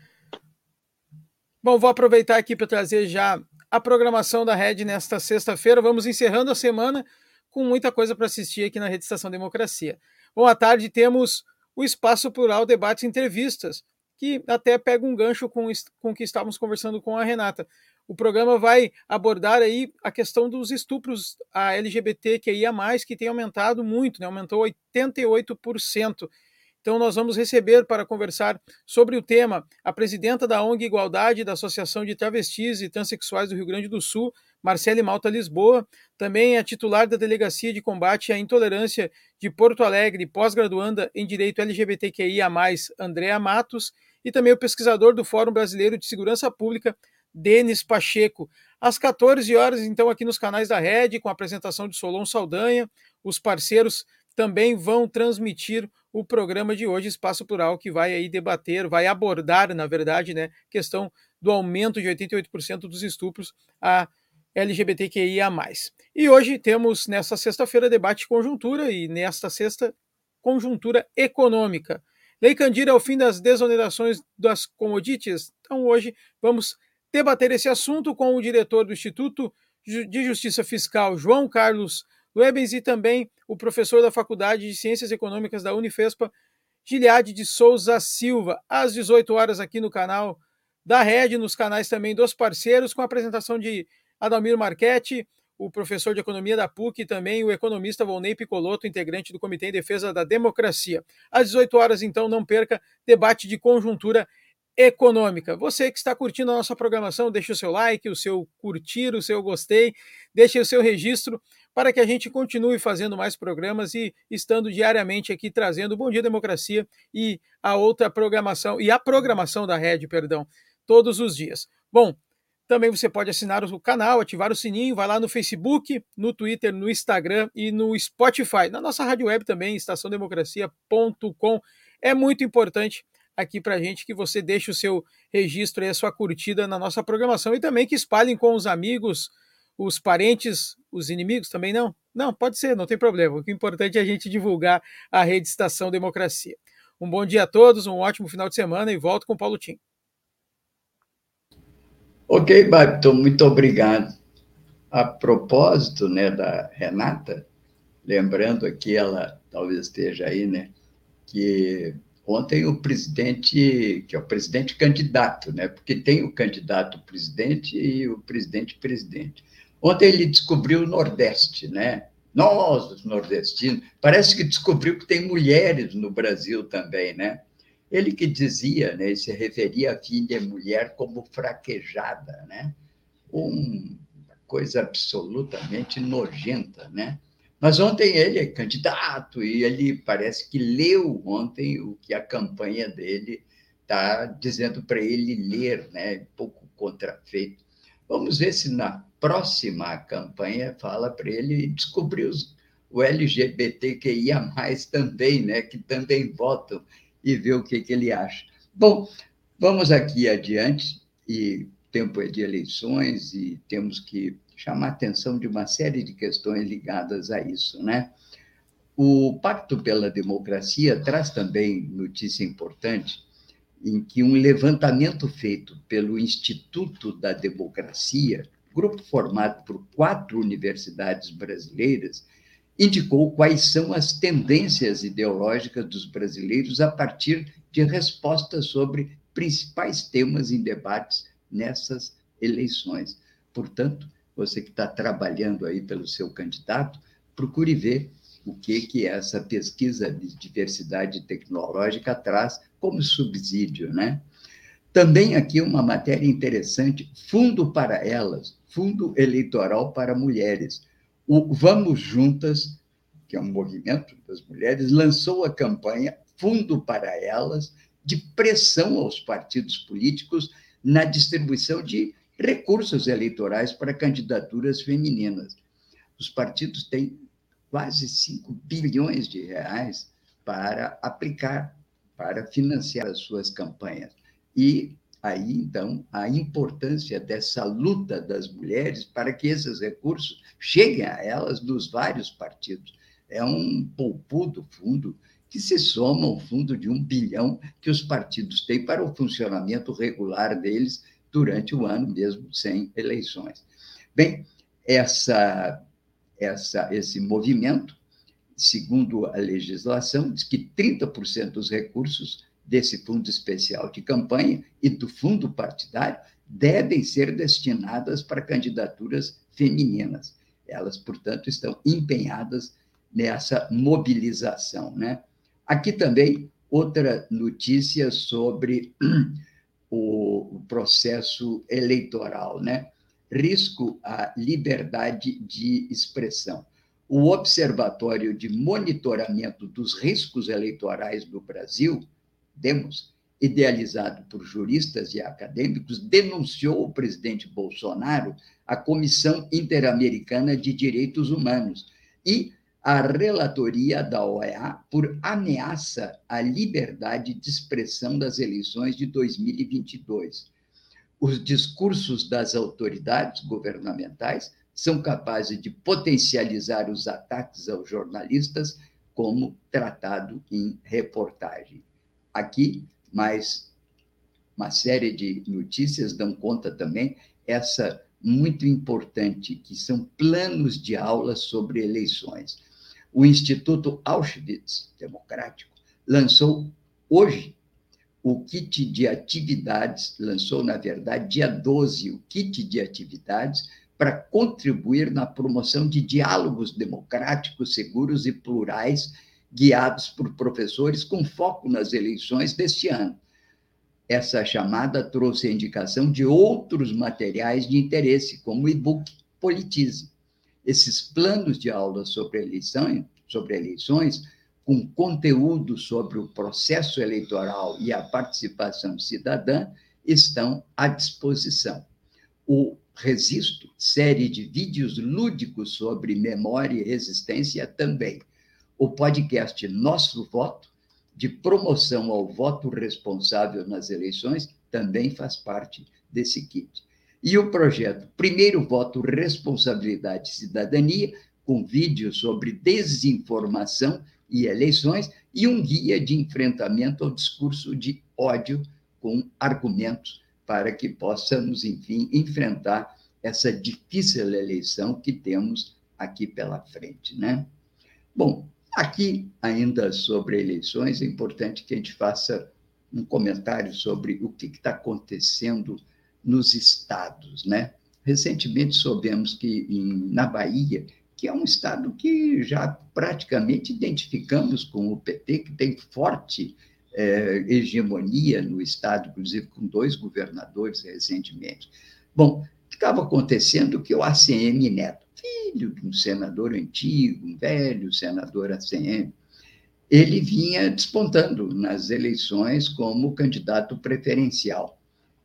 Bom, vou aproveitar aqui para trazer já a programação da Rede nesta sexta-feira. Vamos encerrando a semana com muita coisa para assistir aqui na Rede Estação Democracia. Bom, à tarde temos o Espaço Plural Debates e Entrevistas, que até pega um gancho com o que estávamos conversando com a Renata. O programa vai abordar aí a questão dos estupros a L G B T Q I A mais, que tem aumentado muito, né? Aumentou oitenta e oito por cento. Então nós vamos receber para conversar sobre o tema a presidenta da O N G Igualdade, da Associação de Travestis e Transsexuais do Rio Grande do Sul, Marcele Malta Lisboa, também é titular da Delegacia de Combate à Intolerância de Porto Alegre, pós-graduanda em Direito L G B T Q I A mais, Andréa Matos, e também o pesquisador do Fórum Brasileiro de Segurança Pública, Denis Pacheco. Às quatorze horas, então, aqui nos canais da Rede, com a apresentação de Solon Saldanha, os parceiros também vão transmitir o programa de hoje, Espaço Plural, que vai aí debater, vai abordar, na verdade, né, questão do aumento de oitenta e oito por cento dos estupros a L G B T Q I A mais. E hoje temos, nesta sexta-feira, debate conjuntura e, nesta sexta, conjuntura econômica. Lei Candir é o fim das desonerações das commodities. Então, hoje, vamos debater esse assunto com o diretor do Instituto de Justiça Fiscal, João Carlos Luebens, e também o professor da Faculdade de Ciências Econômicas da Unifespa, Giliade de Souza Silva, às dezoito horas aqui no canal da Rede, nos canais também dos parceiros, com a apresentação de Adalmir Marchetti, o professor de Economia da P U C, e também o economista Volney Picoloto, integrante do Comitê em Defesa da Democracia. Às dezoito horas, então, não perca, debate de conjuntura econômica. Você que está curtindo a nossa programação, deixe o seu like, o seu curtir, o seu gostei, deixe o seu registro para que a gente continue fazendo mais programas e estando diariamente aqui trazendo Bom Dia Democracia e a outra programação, e a programação da Rede, perdão, todos os dias. Bom, também você pode assinar o canal, ativar o sininho, vai lá no Facebook, no Twitter, no Instagram e no Spotify. Na nossa rádio web também, estação democracia ponto com. É muito importante aqui para a gente que você deixe o seu registro e a sua curtida na nossa programação e também que espalhem com os amigos, os parentes, os inimigos também não? Não, pode ser, não tem problema. O que é importante é a gente divulgar a rede Estação Democracia. Um bom dia a todos, um ótimo final de semana e volto com o Paulo Tim. Ok, Babton, muito obrigado. A propósito, né, da Renata, lembrando aqui, ela talvez esteja aí, né, que ontem o presidente, que é o presidente candidato, né, porque tem o candidato presidente e o presidente presidente. Ontem ele descobriu o Nordeste, né? Nós, os nordestinos, parece que descobriu que tem mulheres no Brasil também, né? Ele que dizia, né, se referia à filha mulher como fraquejada, né? Uma coisa absolutamente nojenta, né? Mas ontem ele é candidato e ele parece que leu ontem o que a campanha dele está dizendo para ele ler, né? Um pouco contrafeito. Vamos ver se na próxima campanha fala para ele descobrir os, o L G B T Q I A mais também, né? Que também votam, e ver o que, que ele acha. Bom, vamos aqui adiante, e tempo é de eleições, e temos que chamar a atenção de uma série de questões ligadas a isso, né? O Pacto pela Democracia traz também notícia importante, em que um levantamento feito pelo Instituto da Democracia, grupo formado por quatro universidades brasileiras, indicou quais são as tendências ideológicas dos brasileiros a partir de respostas sobre principais temas em debates nessas eleições. Portanto, você que está trabalhando aí pelo seu candidato, procure ver o que, que essa pesquisa de diversidade tecnológica traz como subsídio, né? Também aqui uma matéria interessante, Fundo para Elas, Fundo Eleitoral para Mulheres. O Vamos Juntas, que é um movimento das mulheres, lançou a campanha Fundo para Elas, de pressão aos partidos políticos na distribuição de recursos eleitorais para candidaturas femininas. Os partidos têm quase cinco bilhões de reais para aplicar, para financiar as suas campanhas. E aí, então, a importância dessa luta das mulheres para que esses recursos cheguem a elas dos vários partidos. É um poupudo fundo que se soma ao fundo de um bilhão que os partidos têm para o funcionamento regular deles durante o ano, mesmo sem eleições. Bem, essa, essa, esse movimento, segundo a legislação, diz que trinta por cento dos recursos desse fundo especial de campanha e do fundo partidário devem ser destinadas para candidaturas femininas. Elas, portanto, estão empenhadas nessa mobilização, né? Aqui também outra notícia sobre o processo eleitoral, né? Risco à liberdade de expressão. O Observatório de Monitoramento dos Riscos Eleitorais do Brasil, Demos, idealizado por juristas e acadêmicos, denunciou o presidente Bolsonaro à Comissão Interamericana de Direitos Humanos e à relatoria da O E A por ameaça à liberdade de expressão das eleições de dois mil e vinte e dois. Os discursos das autoridades governamentais são capazes de potencializar os ataques aos jornalistas, como tratado em reportagem. Aqui, mais uma série de notícias dão conta também, essa muito importante, que são planos de aula sobre eleições. O Instituto Auschwitz Democrático lançou hoje o kit de atividades, lançou, na verdade, dia doze, o kit de atividades para contribuir na promoção de diálogos democráticos, seguros e plurais, guiados por professores com foco nas eleições deste ano. essa chamada trouxe a indicação de outros materiais de interesse, como o e-book Politize. Esses planos de aula sobre eleição, sobre eleições, com conteúdo sobre o processo eleitoral e a participação cidadã, estão à disposição. O Resisto, série de vídeos lúdicos sobre memória e resistência também. O podcast Nosso Voto, de promoção ao voto responsável nas eleições, também faz parte desse kit. E o projeto Primeiro Voto, Responsabilidade e Cidadania, com vídeos sobre desinformação e eleições, e um guia de enfrentamento ao discurso de ódio com argumentos para que possamos, enfim, enfrentar essa difícil eleição que temos aqui pela frente, né? Bom, aqui, ainda sobre eleições, é importante que a gente faça um comentário sobre o que está acontecendo nos estados, né? Recentemente soubemos que em, na Bahia, que é um estado que já praticamente identificamos com o P T, que tem forte eh, hegemonia no estado, inclusive com dois governadores recentemente. Bom, estava acontecendo que o A C M Neto, filho de um senador antigo, um velho senador A C M, ele vinha despontando nas eleições como candidato preferencial.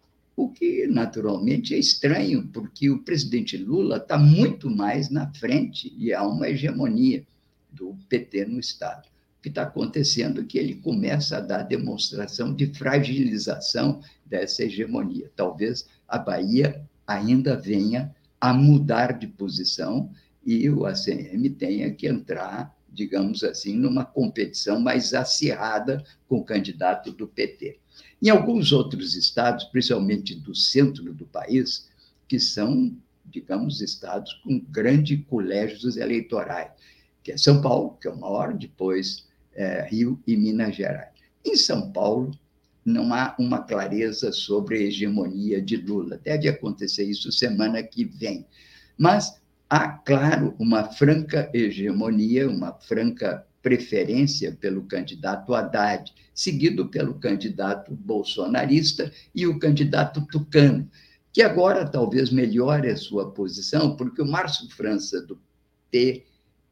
O que, naturalmente, é estranho, porque o presidente Lula está muito mais na frente e há uma hegemonia do P T no Estado. O que está acontecendo é que ele começa a dar demonstração de fragilização dessa hegemonia. Talvez a Bahia ainda venha a mudar de posição e o A C M tenha que entrar, digamos assim, numa competição mais acirrada com o candidato do P T. Em alguns outros estados, principalmente do centro do país, que são, digamos, estados com grandes colégios eleitorais, que é São Paulo, que é o maior, depois é, Rio e Minas Gerais. Em São Paulo, não há uma clareza sobre a hegemonia de Lula. Deve acontecer isso semana que vem. Mas há, claro, uma franca hegemonia, uma franca preferência pelo candidato Haddad, seguido pelo candidato bolsonarista e o candidato tucano, que agora talvez melhore a sua posição, porque o Márcio França, do P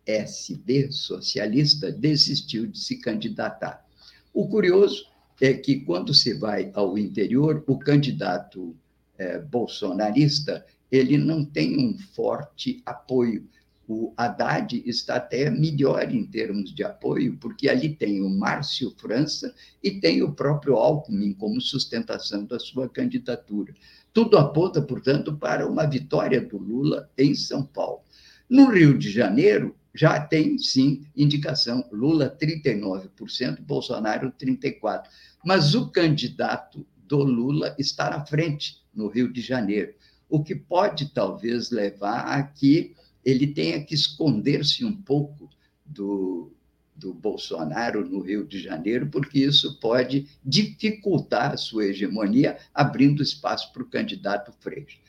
S B socialista, desistiu de se candidatar. O curioso é que, quando se vai ao interior, o candidato eh, bolsonarista ele não tem um forte apoio. O Haddad está até melhor em termos de apoio, porque ali tem o Márcio França e tem o próprio Alckmin como sustentação da sua candidatura. Tudo aponta, portanto, para uma vitória do Lula em São Paulo. No Rio de Janeiro, já tem, sim, indicação. Lula, trinta e nove por cento, Bolsonaro, trinta e quatro por cento. Mas o candidato do Lula está na frente, no Rio de Janeiro, o que pode, talvez, levar a que ele tenha que esconder-se um pouco do, do Bolsonaro no Rio de Janeiro, porque isso pode dificultar a sua hegemonia, abrindo espaço para o candidato Freixo.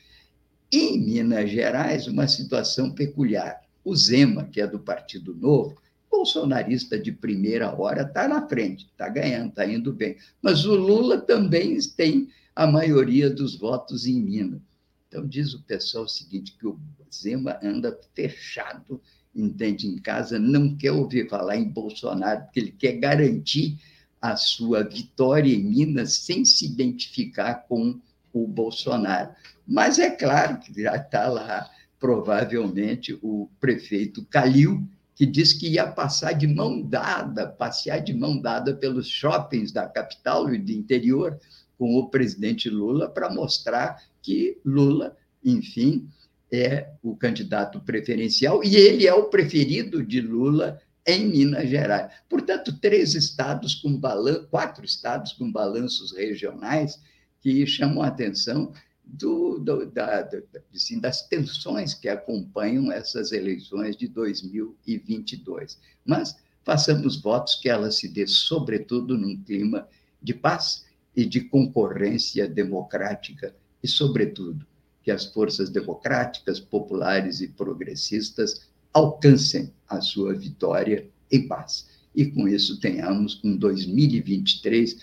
Em Minas Gerais, uma situação peculiar. O Zema, que é do Partido Novo, bolsonarista de primeira hora, está na frente, está ganhando, está indo bem. Mas o Lula também tem a maioria dos votos em Minas. Então, diz o pessoal o seguinte, que o Zema anda fechado, entende, em casa, não quer ouvir falar em Bolsonaro, porque ele quer garantir a sua vitória em Minas sem se identificar com o Bolsonaro. Mas é claro que já está lá, provavelmente, o prefeito Calil, que diz que ia passar de mão dada, passear de mão dada pelos shoppings da capital e do interior com o presidente Lula para mostrar que Lula, enfim, é o candidato preferencial e ele é o preferido de Lula em Minas Gerais. Portanto, três estados com balanço, quatro estados com balanços regionais que chamam a atenção do, do, da, da, assim, das tensões que acompanham essas eleições de dois mil e vinte e dois. Mas façamos votos que elas se dê, sobretudo, num clima de paz e de concorrência democrática e, sobretudo, que as forças democráticas, populares e progressistas alcancem a sua vitória em paz. E, com isso, tenhamos um dois mil e vinte e três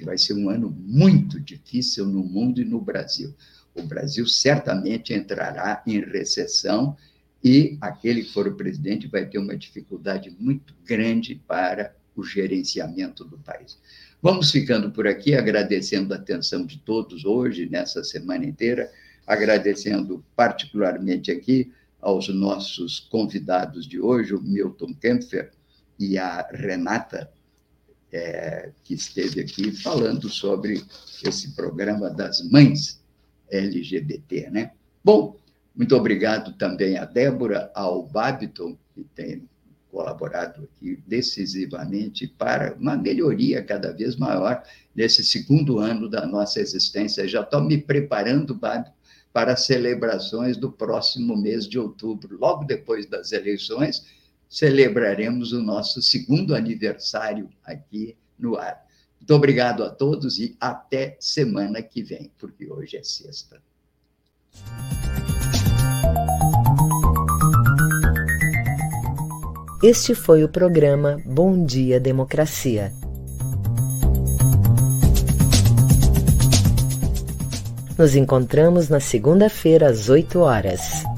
que vai ser um ano muito difícil no mundo e no Brasil. O Brasil certamente entrará em recessão e aquele que for o presidente vai ter uma dificuldade muito grande para o gerenciamento do país. Vamos ficando por aqui, agradecendo a atenção de todos hoje, nessa semana inteira, agradecendo particularmente aqui aos nossos convidados de hoje, o Milton Kempfer e a Renata, é, que esteve aqui falando sobre esse programa das mães L G B T, né? Bom, muito obrigado também a Débora, ao Babiton, que tem colaborado aqui decisivamente para uma melhoria cada vez maior nesse segundo ano da nossa existência. Já estou me preparando, Babiton, para as celebrações do próximo mês de outubro. Logo depois das eleições, celebraremos o nosso segundo aniversário aqui no ar. Muito obrigado a todos e até semana que vem, porque hoje é sexta. Este foi o programa Bom Dia Democracia. Nos encontramos na segunda-feira às oito horas.